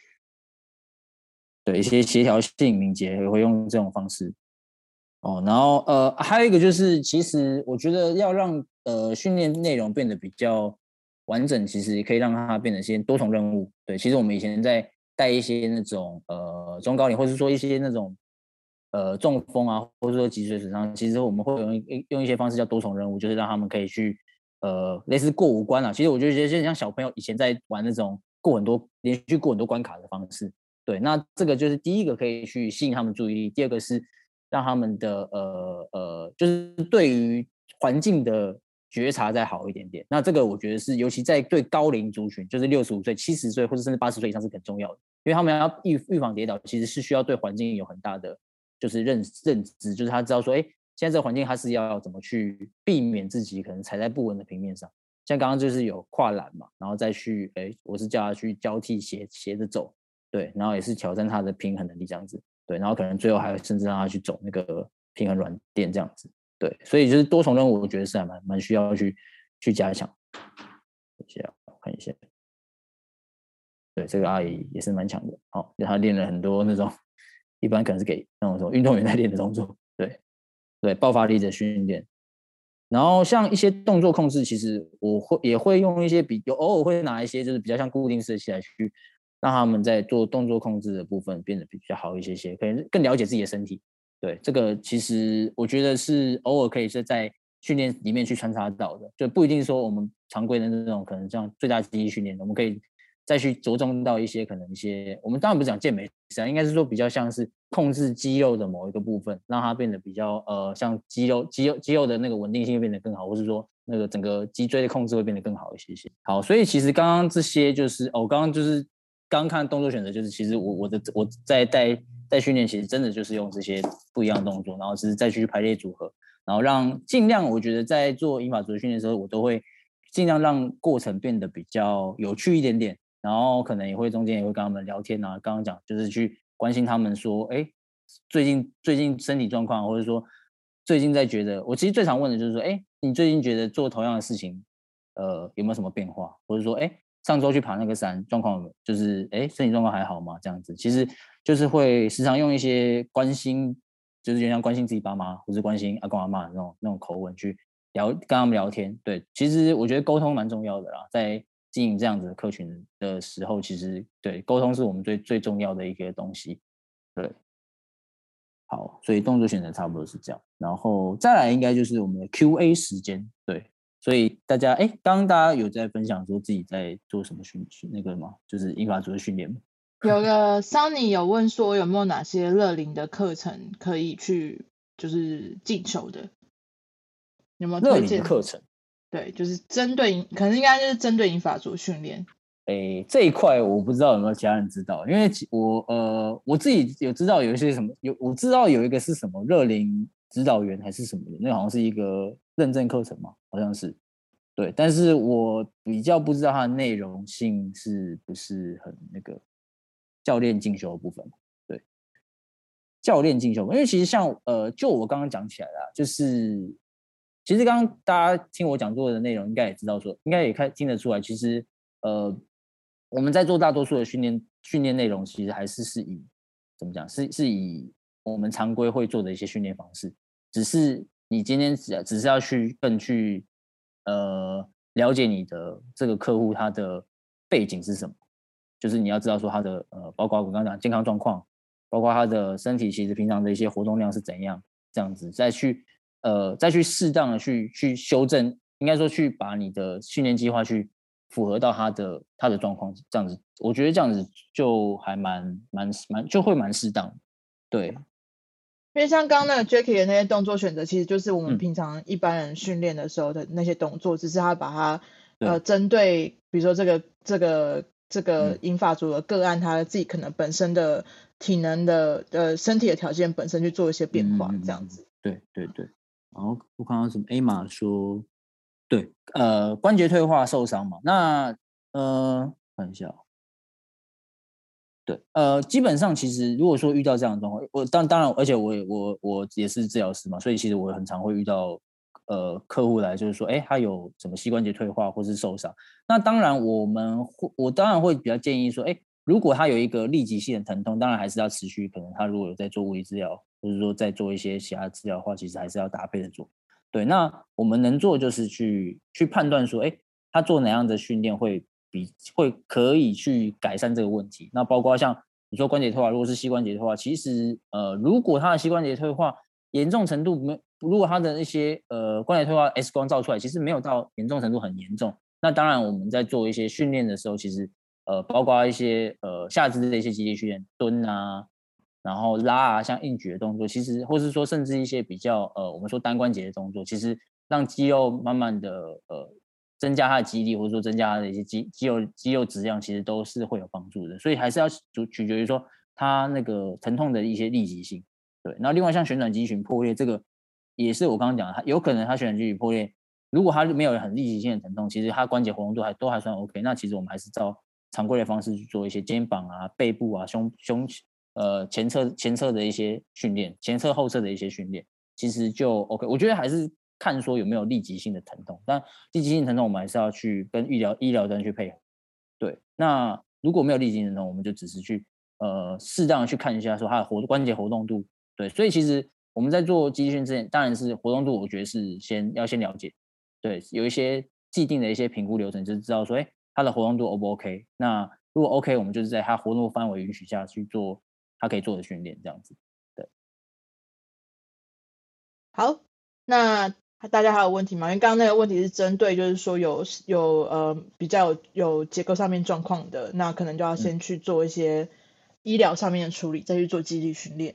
对，一些协调性、敏捷也会用这种方式。然后还有一个就是，其实我觉得要让训练内容变得比较完整，其实也可以让它变得一些多重任务。对，其实我们以前在带一些那种中高龄，或是说一些那种中风啊，或者说脊髓损伤，其实我们会用一些方式叫多重任务，就是让他们可以去类似过5关啊。其实我觉得像小朋友以前在玩那种连续过很多关卡的方式。对，那这个就是第一个可以去吸引他们注意力，第二个是让他们的就是对于环境的觉察再好一点点。那这个我觉得是尤其在对高龄族群，就是65岁、70岁或者甚至80岁以上是很重要的，因为他们要预防跌倒，其实是需要对环境有很大的就是认知，就是他知道说，哎，现在这个环境他是要怎么去避免自己可能踩在不稳的平面上。像刚刚就是有跨栏嘛，然后再去，我是叫他去交替斜着走。对，然后也是挑战他的平衡能力这样子。对，然后可能最后还甚至让他去走那个平衡软垫这样子。对，所以就是多重任务，我觉得是还蛮需要去加强。看一下，对，这个阿姨也是蛮强的。好，她练了很多那种一般可能是给那种什么运动员在练的动作。对，爆发力的训练。然后像一些动作控制，其实也会用一些偶尔会拿一些就是比较像固定式的器材去让他们在做动作控制的部分变得比较好一些，可以更了解自己的身体。对，这个其实我觉得是偶尔可以是在训练里面去穿插到的，就不一定说我们常规的那种可能像最大肌力训练，我们可以再去着重到一些可能一些，我们当然不是讲健美啊，应该是说比较像是控制肌肉的某一个部分，让它变得比较像肌肉的那个稳定性会变得更好，或是说那个整个脊椎的控制会变得更好一些。好，所以其实刚刚这些就是刚刚看动作选择，就是其实我在带训练，其实真的就是用这些不一样的动作，然后是再去排列组合，然后尽量我觉得在做英法组织训练的时候，我都会尽量让过程变得比较有趣一点点。然后可能中间也会跟他们聊天啊，刚刚讲就是去关心他们说，哎，最近身体状况，或者说最近在觉得，我其实最常问的就是说，哎，你最近觉得做同样的事情，有没有什么变化？或者说，哎，上周去爬那个山，状况就是身体状况还好吗？这样子，其实就是会时常用一些关心，就是就像关心自己爸妈，或是关心阿公阿嬷那种口吻去跟他们聊天。对，其实我觉得沟通蛮重要的啦，在经营这样子的客群的时候，其实对沟通是我们最重要的一个东西。对，好，所以动作选择差不多是这样，然后再来应该就是我们的 Q&A 时间。对，所以大家刚刚大家有在分享说自己在做什么那个吗？就是英法组的训练吗？ 有个 Sunny 有问说有没有哪些乐龄的课程可以去就是进修的，有没有乐龄的推荐？ 课程？ 对，就是可能应该就是针对英法组训练。 这一块我不知道有没有其他人知道，因为我自己有知道有一些什么我知道有一个是什么乐龄指导员还是什么的，那好像是一个认证课程嘛，好像是。对，但是我比较不知道它的内容性是不是很那个教练进修的部分。对，教练进修，因为其实像就我刚刚讲起来啦，就是其实刚刚大家听我讲座的内容，应该也知道说，应该也听得出来，其实我们在做大多数的训练内容，其实还是以怎么讲，是以我们常规会做的一些训练方式，只是你今天只是要更去了解你的这个客户他的背景是什么，就是你要知道说他的包括我刚刚讲健康状况。包括他的身体其实平常的一些活动量是怎样，这样子再去适当的去修正，应该说去把你的训练计划去符合到他的状况，这样子，我觉得这样子就还就会蛮适当。对，因因为像刚刚那个 Jacky 的那些动作选择，其实就是我们平常一般人训练的时候的那些动作，只是他把它针对比如说这个英法组的个案，他自己可能本身的体能的身体的条件本身去做一些变化，这样子。 对。然后我看到什么 A 码说，对，关节退化受伤嘛，那看一下。 对，基本上其实如果说遇到这样的状况，当然，而且我也是治疗师嘛，所以其实我很常会遇到客户来就是说，哎，他有什么膝关节退化或是受伤，那当然我当然会比较建议说，哎，如果他有一个立即性的疼痛，当然还是要持续，可能他如果有在做物理治疗，或者说在做一些其他治疗的话，其实还是要搭配的做。对，那我们能做就是去判断说，哎，他做哪样的训练会可以去改善这个问题。那包括像你说关节退化，如果是膝关节退化，其实如果他的膝关节退化严重程度如果他的那些关节退化 X 光照出来，其实没有到严重程度很严重，那当然我们在做一些训练的时候，其实包括一些下肢的一些肌力训练，蹲啊，然后拉啊，像硬举的动作，其实或是说甚至一些比较我们说单关节的动作，其实让肌肉慢慢的增加它的肌力，或者说增加它的一些肌肉质量，其实都是会有帮助的。所以还是要取决于说它那个疼痛的一些立即性。对，然后另外像旋转肌群破裂，这个也是我刚刚讲的，有可能它旋转肌群破裂，如果它没有很立即性的疼痛，其实它关节活动度都还算 OK。那其实我们还是照常规的方式去做一些肩膀啊、背部啊、前侧的一些训练，前侧后侧的一些训练，其实就 OK。我觉得还是看说有没有立即性的疼痛，但立即性疼痛我们还是要去跟医疗端去配合。对，那如果没有立即性疼痛，我们就只是去适当的去看一下说它的关节活动度。对，所以其实我们在做肌力训之前，当然是活动度，我觉得是先了解。对，有一些既定的一些评估流程，就是知道说，哎，它的活动度 O 不 OK？那如果 OK，我们就是在它活动范围允许下去做他可以做的训练，这样子。对， 好，那大家还有问题吗？因为刚刚那个问题是针对就是说比较有结构上面状况的，那可能就要先去做一些医疗上面的处理，再去做肌力训练。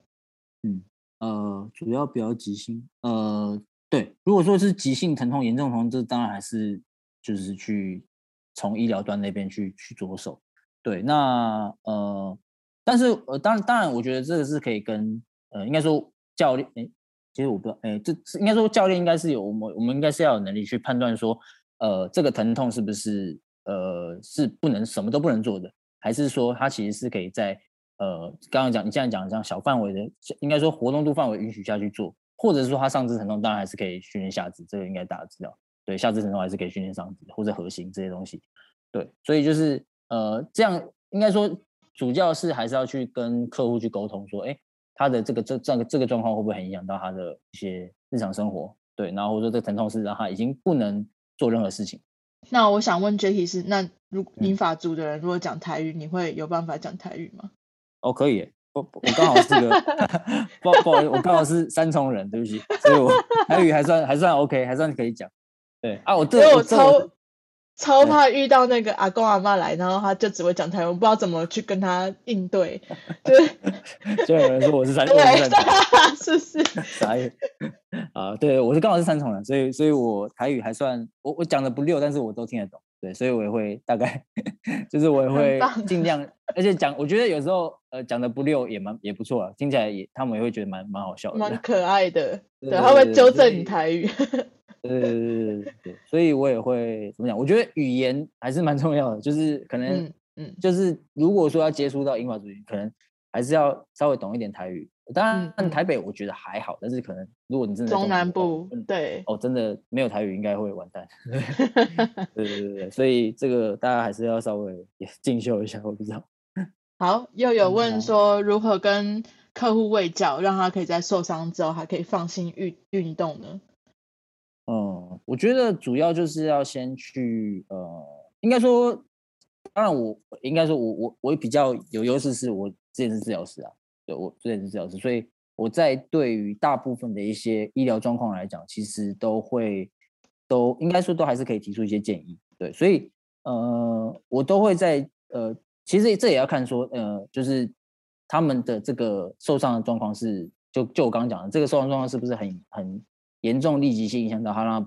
主要比较急性，对，如果说是急性疼痛、严重疼痛，这当然还是就是去从医疗端那边去着手。对，那但是当然，我觉得这个是可以跟应该说教练，其实我不知道，这应该说教练应该是有我们应该是要有能力去判断说，这个疼痛是不是是不能什么都不能做的，还是说它其实是可以在刚刚你现在讲的这样小范围的，应该说活动度范围允许下去做，或者是说他上肢疼痛，当然还是可以训练下肢，这个应该大家知道。对，下肢疼痛还是可以训练上肢或者核心这些东西。对，所以就是这样应该说主教是还是要去跟客户去沟通说，哎，他的这个状况会不会很影响到他的一些日常生活？对，然后或者说这个疼痛是让他已经不能做任何事情。 那我想问 Jacky 是，那英嗯， 法族的人如果讲台语，你会有办法讲台语吗？ 哦，可以耶，我刚好是个不好意思，我刚好是三重人，对不起，所以我台语还算 OK，还算可以讲。对啊， 因为我我超怕遇到那个阿公阿妈来，然后他就只会讲台语，我不知道怎么去跟他应对，就是就有人说我是三对， 重人， 是不是？ 傻眼啊！对，我是刚好是三重人，所以我台语还算我讲的不溜，但是我都听得懂。对，所以我也会大概就是我也会很棒， 尽量，而且我觉得有时候讲的不溜也不错啊，听起来他们也会觉得蛮好笑的这样。 蛮可爱的。 对对，他会对对， 纠正你台语。 对，所以我也会怎么讲？我觉得语言还是蛮重要的，就是可能就是如果说要接触到英法族语，可能还是要稍微懂一点台语。当然台北我觉得还好，但是可能如果你真的在中中南部南部，对。 真的没有台语应该会完蛋。对，所以这个大家还是要稍微也进修一下，我不知道。 好，又有问好， 说如何跟客户卫教，让他可以在受伤之后还可以放心运动呢？ 我觉得主要就是要先去应该说，当然我应该说我比较有优势，是我之前是治疗师啊，对我之前是治疗师，所以我在对于大部分的一些医疗状况来讲，其实都应该说都还是可以提出一些建议，对，所以我都会在其实这也要看说就是他们的这个受伤的状况是就我刚刚讲的这个受伤状况是不是很严重立即性影响到他，让他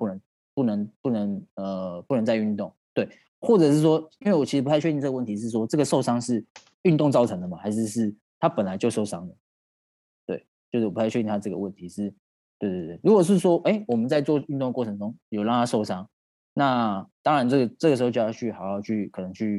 不能再运动，对，或者是说，因为我其实不太确定这个问题是说这个受伤是运动造成的吗？还是他本来就受伤了？对，就是我不太确定他这个问题是，对，如果是说，哎，我们在做运动过程中有让他受伤，那当然这个时候就要去好好去可能去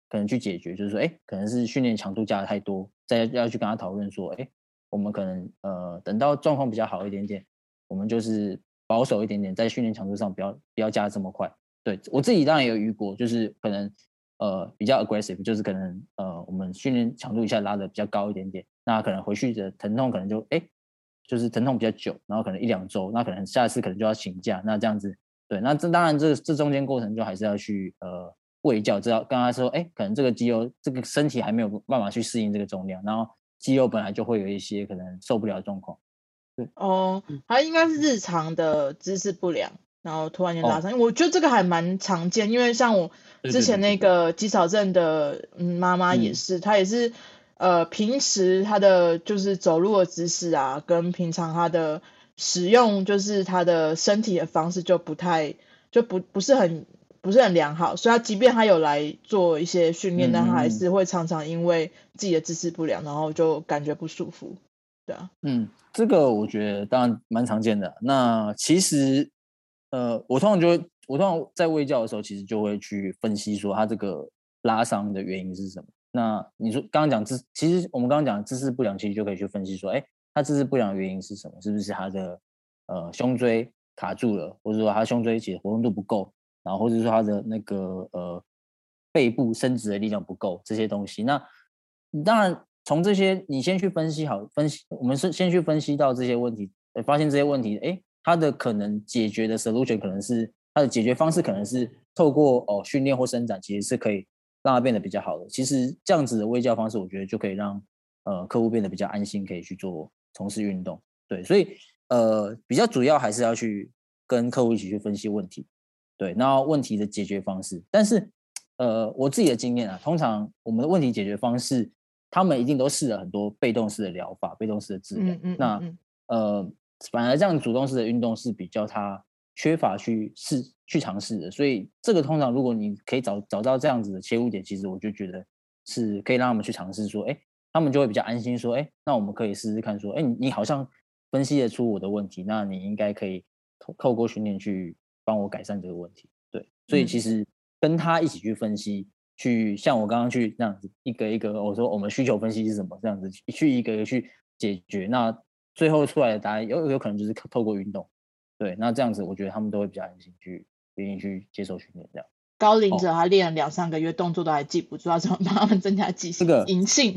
可能去解决，就是说，可能是训练强度加的太多，再要去跟他讨论说，我们可能等到状况比较好一点点，我们就是保守一点点，在训练强度上不要加这么快。对，我自己当然也有遇过，就是可能比较 aggressive，就是可能我们训练强度一下拉的比较高一点点，那可能回去的疼痛可能就是疼痛比较久，然后可能1-2周，那可能下一次可能就要请假，那这样子，对，那当然这中间过程就还是要去卫教，知道跟他说，可能这个肌肉这个身体还没有办法去适应这个重量，然后肌肉本来就会有一些可能受不了的状况。对， 他应该是日常的姿势不良，然后突然间拉伤，因为我觉得这个还蛮常见，因为像我之前那个肌少症的妈妈也是，她也是平时她的就是走路的姿势啊，跟平常她的使用就是她的身体的方式就不是很良好，所以她即便她有来做一些训练，但她还是会常常因为自己的姿势不良，然后就感觉不舒服。对啊， 这个我觉得当然蛮常见的。那其实，我通常在卫教的时候，其实就会去分析说他这个拉伤的原因是什么。那你说刚刚讲其实我们刚刚讲姿势不良，其实就可以去分析说，他姿势不良的原因是什么？是不是他的胸椎卡住了，或者说他胸椎其实活动度不够，然后或者说他的那个背部伸直的力量不够这些东西。那当然从这些你先去分析，我们是先去分析到这些问题，发现这些问题，它的可能解决的 solution 可能是它的解决方式可能是透过训练或伸展，其实是可以让它变得比较好的。其实这样子的卫教方式，我觉得就可以让客户变得比较安心，可以去从事运动。对，所以比较主要还是要去跟客户一起去分析问题，对，那问题的解决方式。但是我自己的经验啊，通常我们的问题解决方式，他们一定都试了很多被动式的疗法、被动式的治疗。那反而这样主动式的运动是比较他缺乏去尝试的，所以这个通常如果你可以找到这样子的切入点，其实我就觉得是可以让他们去尝试说，他们就会比较安心说，那我们可以试试看说，你好像分析得出我的问题，那你应该可以透过训练去帮我改善这个问题。对，所以其实跟他一起去分析，去像我刚刚去那样子一个一个，我说我们需求分析是什么，这样子去一个一个去解决，那最后出来的答案有可能就是透过运动。对，那这样子我觉得他们都会比较安心去愿意去接受训练这样。 高龄者他练了2-3个月，动作都还记不住，要怎么帮他们增加记性？隐性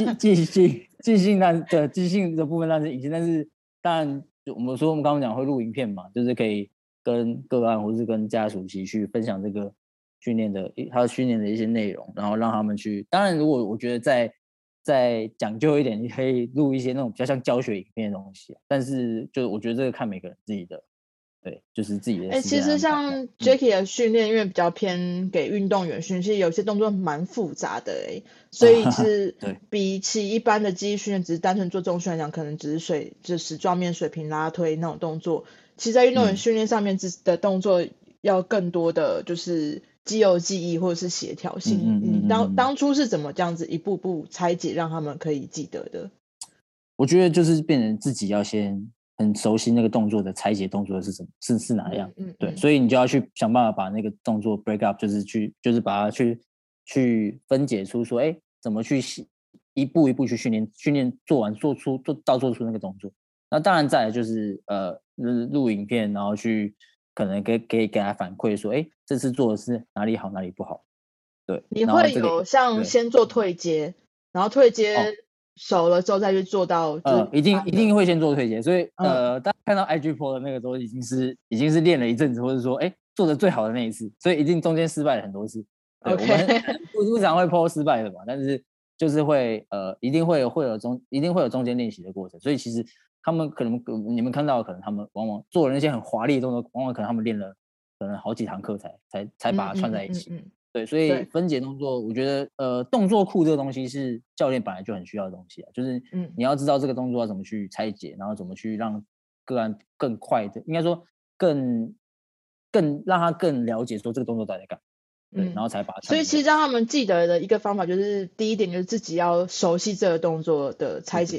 记性的部分那是隐性，但是当然我们刚刚讲会录影片嘛，就是可以跟个案或是跟家属一起去分享这个他训练的一些内容，然后让他们去。当然，如果我觉得再讲究一点，你可以录一些那种比较像教学影片的东西，但是就我觉得这个看每个人自己的。对，就是自己的时间安排。 其实像 Jacky 的训练，因为比较偏给运动员训，其实有些动作蛮复杂的所以是比起一般的记忆训练，只是单纯做重训来讲，可能只是史状面水平拉推那种动作，其实在运动员训练上面的动作要更多的就是肌肉记忆或者是协调性。你当初是怎么这样子一步步拆解，让他们可以记得的？ 我觉得就是变成自己要先很熟悉那个动作的拆解动作是什么，是哪样。对，所以你就要去想办法把那个动作 break up，就是把它去分解出说，怎么去一步一步去训练做出那个动作。那当然再来就是录影片，然后去可能给他反馈说，这次做的是哪里好哪里不好。对， 你会有像先做退阶，然后退阶熟了之后再去做到一定会先做退阶，所以大家看到 IG po 的那个都已经是练了一阵子，或者说做的最好的那一次，所以一定中间失败了很多次。对，我们不常会 po 失败的嘛，但是就是会一定会有中间练习的过程，所以其实他们可能你们看到可能他们往往做了那些很华丽的动作，往往可能他们练了可能好几堂课才把它串在一起。对，所以分解动作，我觉得动作库这个东西是教练本来就很需要的东西啊，就是你要知道这个动作要怎么去拆解，然后怎么去让个案更快的，应该说更让他更了解说这个动作到底在干嘛。对，然后才把它。 所以其实让他们记得的一个方法就是第一点就是自己要熟悉这个动作的拆解，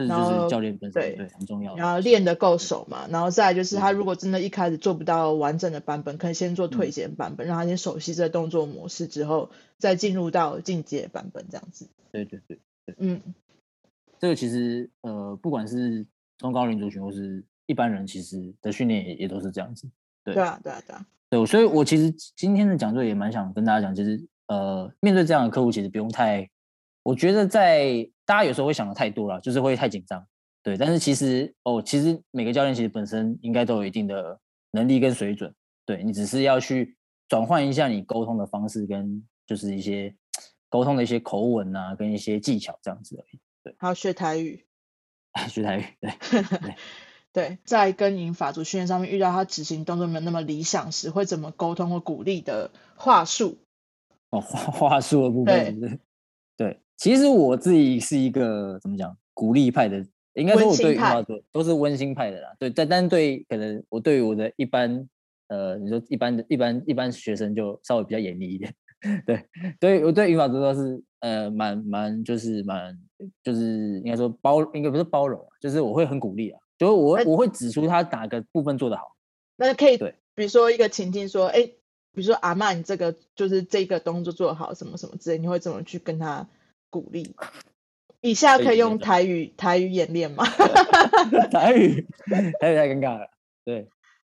这然后就是教练本身对对很重要的。 然后练得够熟嘛，然后再来就是他如果真的一开始做不到完整的版本，可以先做退阶版本，让他先熟悉这个动作模式之后，再进入到进阶版本这样子。 对，这个其实不管是中高龄族群或是一般人，其实的训练也都是这样子。对啊。 对，所以我其实今天的讲座也蛮想跟大家讲，其实面对这样的客户，其实不用太，我觉得大家有时候会想的太多了，就是会太紧张。对，但是其实每个教练其实本身应该都有一定的能力跟水准，对，你只是要去转换一下你沟通的方式，跟就是一些沟通的一些口吻啊，跟一些技巧这样子而已。对， 还有学台语， 学台语，对对，在跟银法族训练上面遇到他执行动作没有那么理想时，会怎么沟通或鼓励的话术？ 话术的部分是不是？对，其实我自己是一个怎么讲鼓励派的。应该说我对语法都是温馨派的啦，对，但对可能我对于我的一般你说一般学生就稍微比较严厉一点，对，我对语法都是蛮就是应该说应该不是包容，就是我会很鼓励啊，就是我会指出他哪个部分做得好。 那可以对，比如说一个情境说，比如说阿嬷你这个就是这个动作做得好什么什么之类，你会怎么去跟他鼓励？以下可以用台语演练吗？ 台语太尴尬了。对，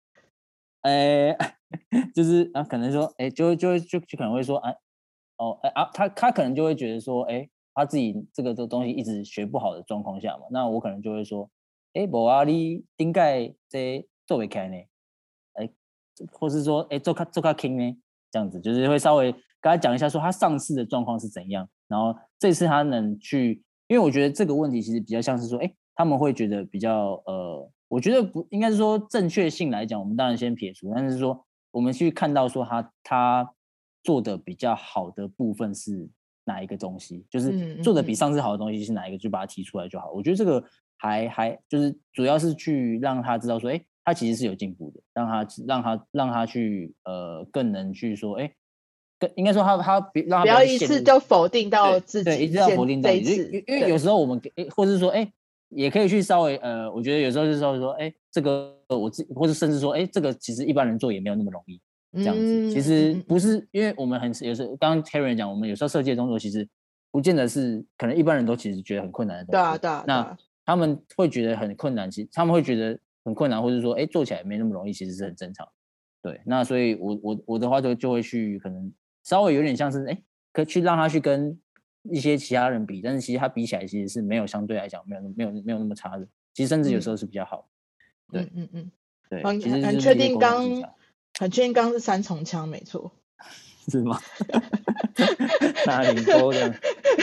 就是可能说，就可能会说，他可能就会觉得说，他自己这个东西一直学不好的状况下嘛，那我可能就会说，无啊，你顶盖这做不开呢，或是说，做较轻呢，这样子，就是会稍微跟他讲一下，说他上次的状况是怎样，然后这次他能去。因为我觉得这个问题其实比较像是说，他们会觉得比较我觉得不应该是说正确性来讲，我们当然先撇除，但是说我们去看到说他做的比较好的部分是哪一个东西，就是做的比上次好的东西是哪一个，就把它提出来就好。我觉得这个还就是主要是去让他知道说，他其实是有进步的，让他去更能去说，应该说他让他不要一次就否定到自己， 对，一直要否定到自己，因为有时候我们或是说也可以去稍微我觉得有时候就是说这个或是甚至说这个其实一般人做也没有那么容易这样子。其实不是，因为我们有时候刚刚 Karen 讲，我们有时候设计的动作其实不见得是可能一般人都其实觉得很困难的动作。 对啊。 那他们会觉得很困难，其实他们会觉得很困难，或者说做起来没那么容易，其实是很正常。对，那所以我的话就会去可能稍微有点像是可去让他去跟一些其他人比，但是其实他比起来其实是没有相对来讲没有那么差的，其实甚至有时候是比较好。对，对，其实很确定刚是3重枪没错， 是吗？哪里勾的？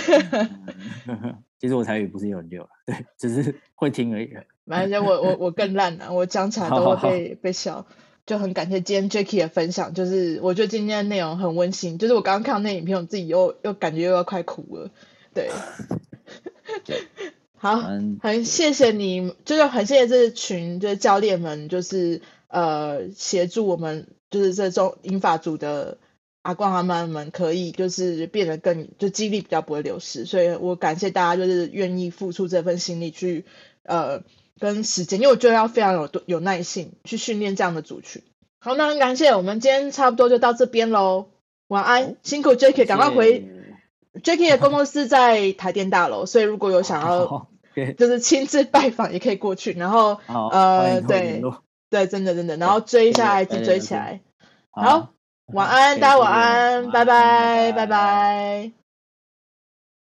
其实我台语不是很溜，对，只是会听而已。 反正我更烂了，我讲起来都会被笑。就很感谢今天 Jacky 的分享，就是我觉得今天的内容很温馨，就是我刚刚看到那影片，我自己又感觉又要快哭了。对，好，很谢谢你，就是很谢谢这群就是教练们，就是协助我们，就是这种英法组的阿公阿妈们可以就是变得就肌力比较不会流失，所以我感谢大家就是愿意付出这份心力去跟时间，因为我觉得要非常有耐性去训练这样的族群。好，那很感谢，我们今天差不多就到这边咯。晚安，辛苦 Jacky， 赶快回 Jacky 的工作室在台电大楼，所以如果有想要就是亲自拜访也可以过去，然后对，真的，然后追一下 IG 追起来。好，晚安，大家晚安，拜拜。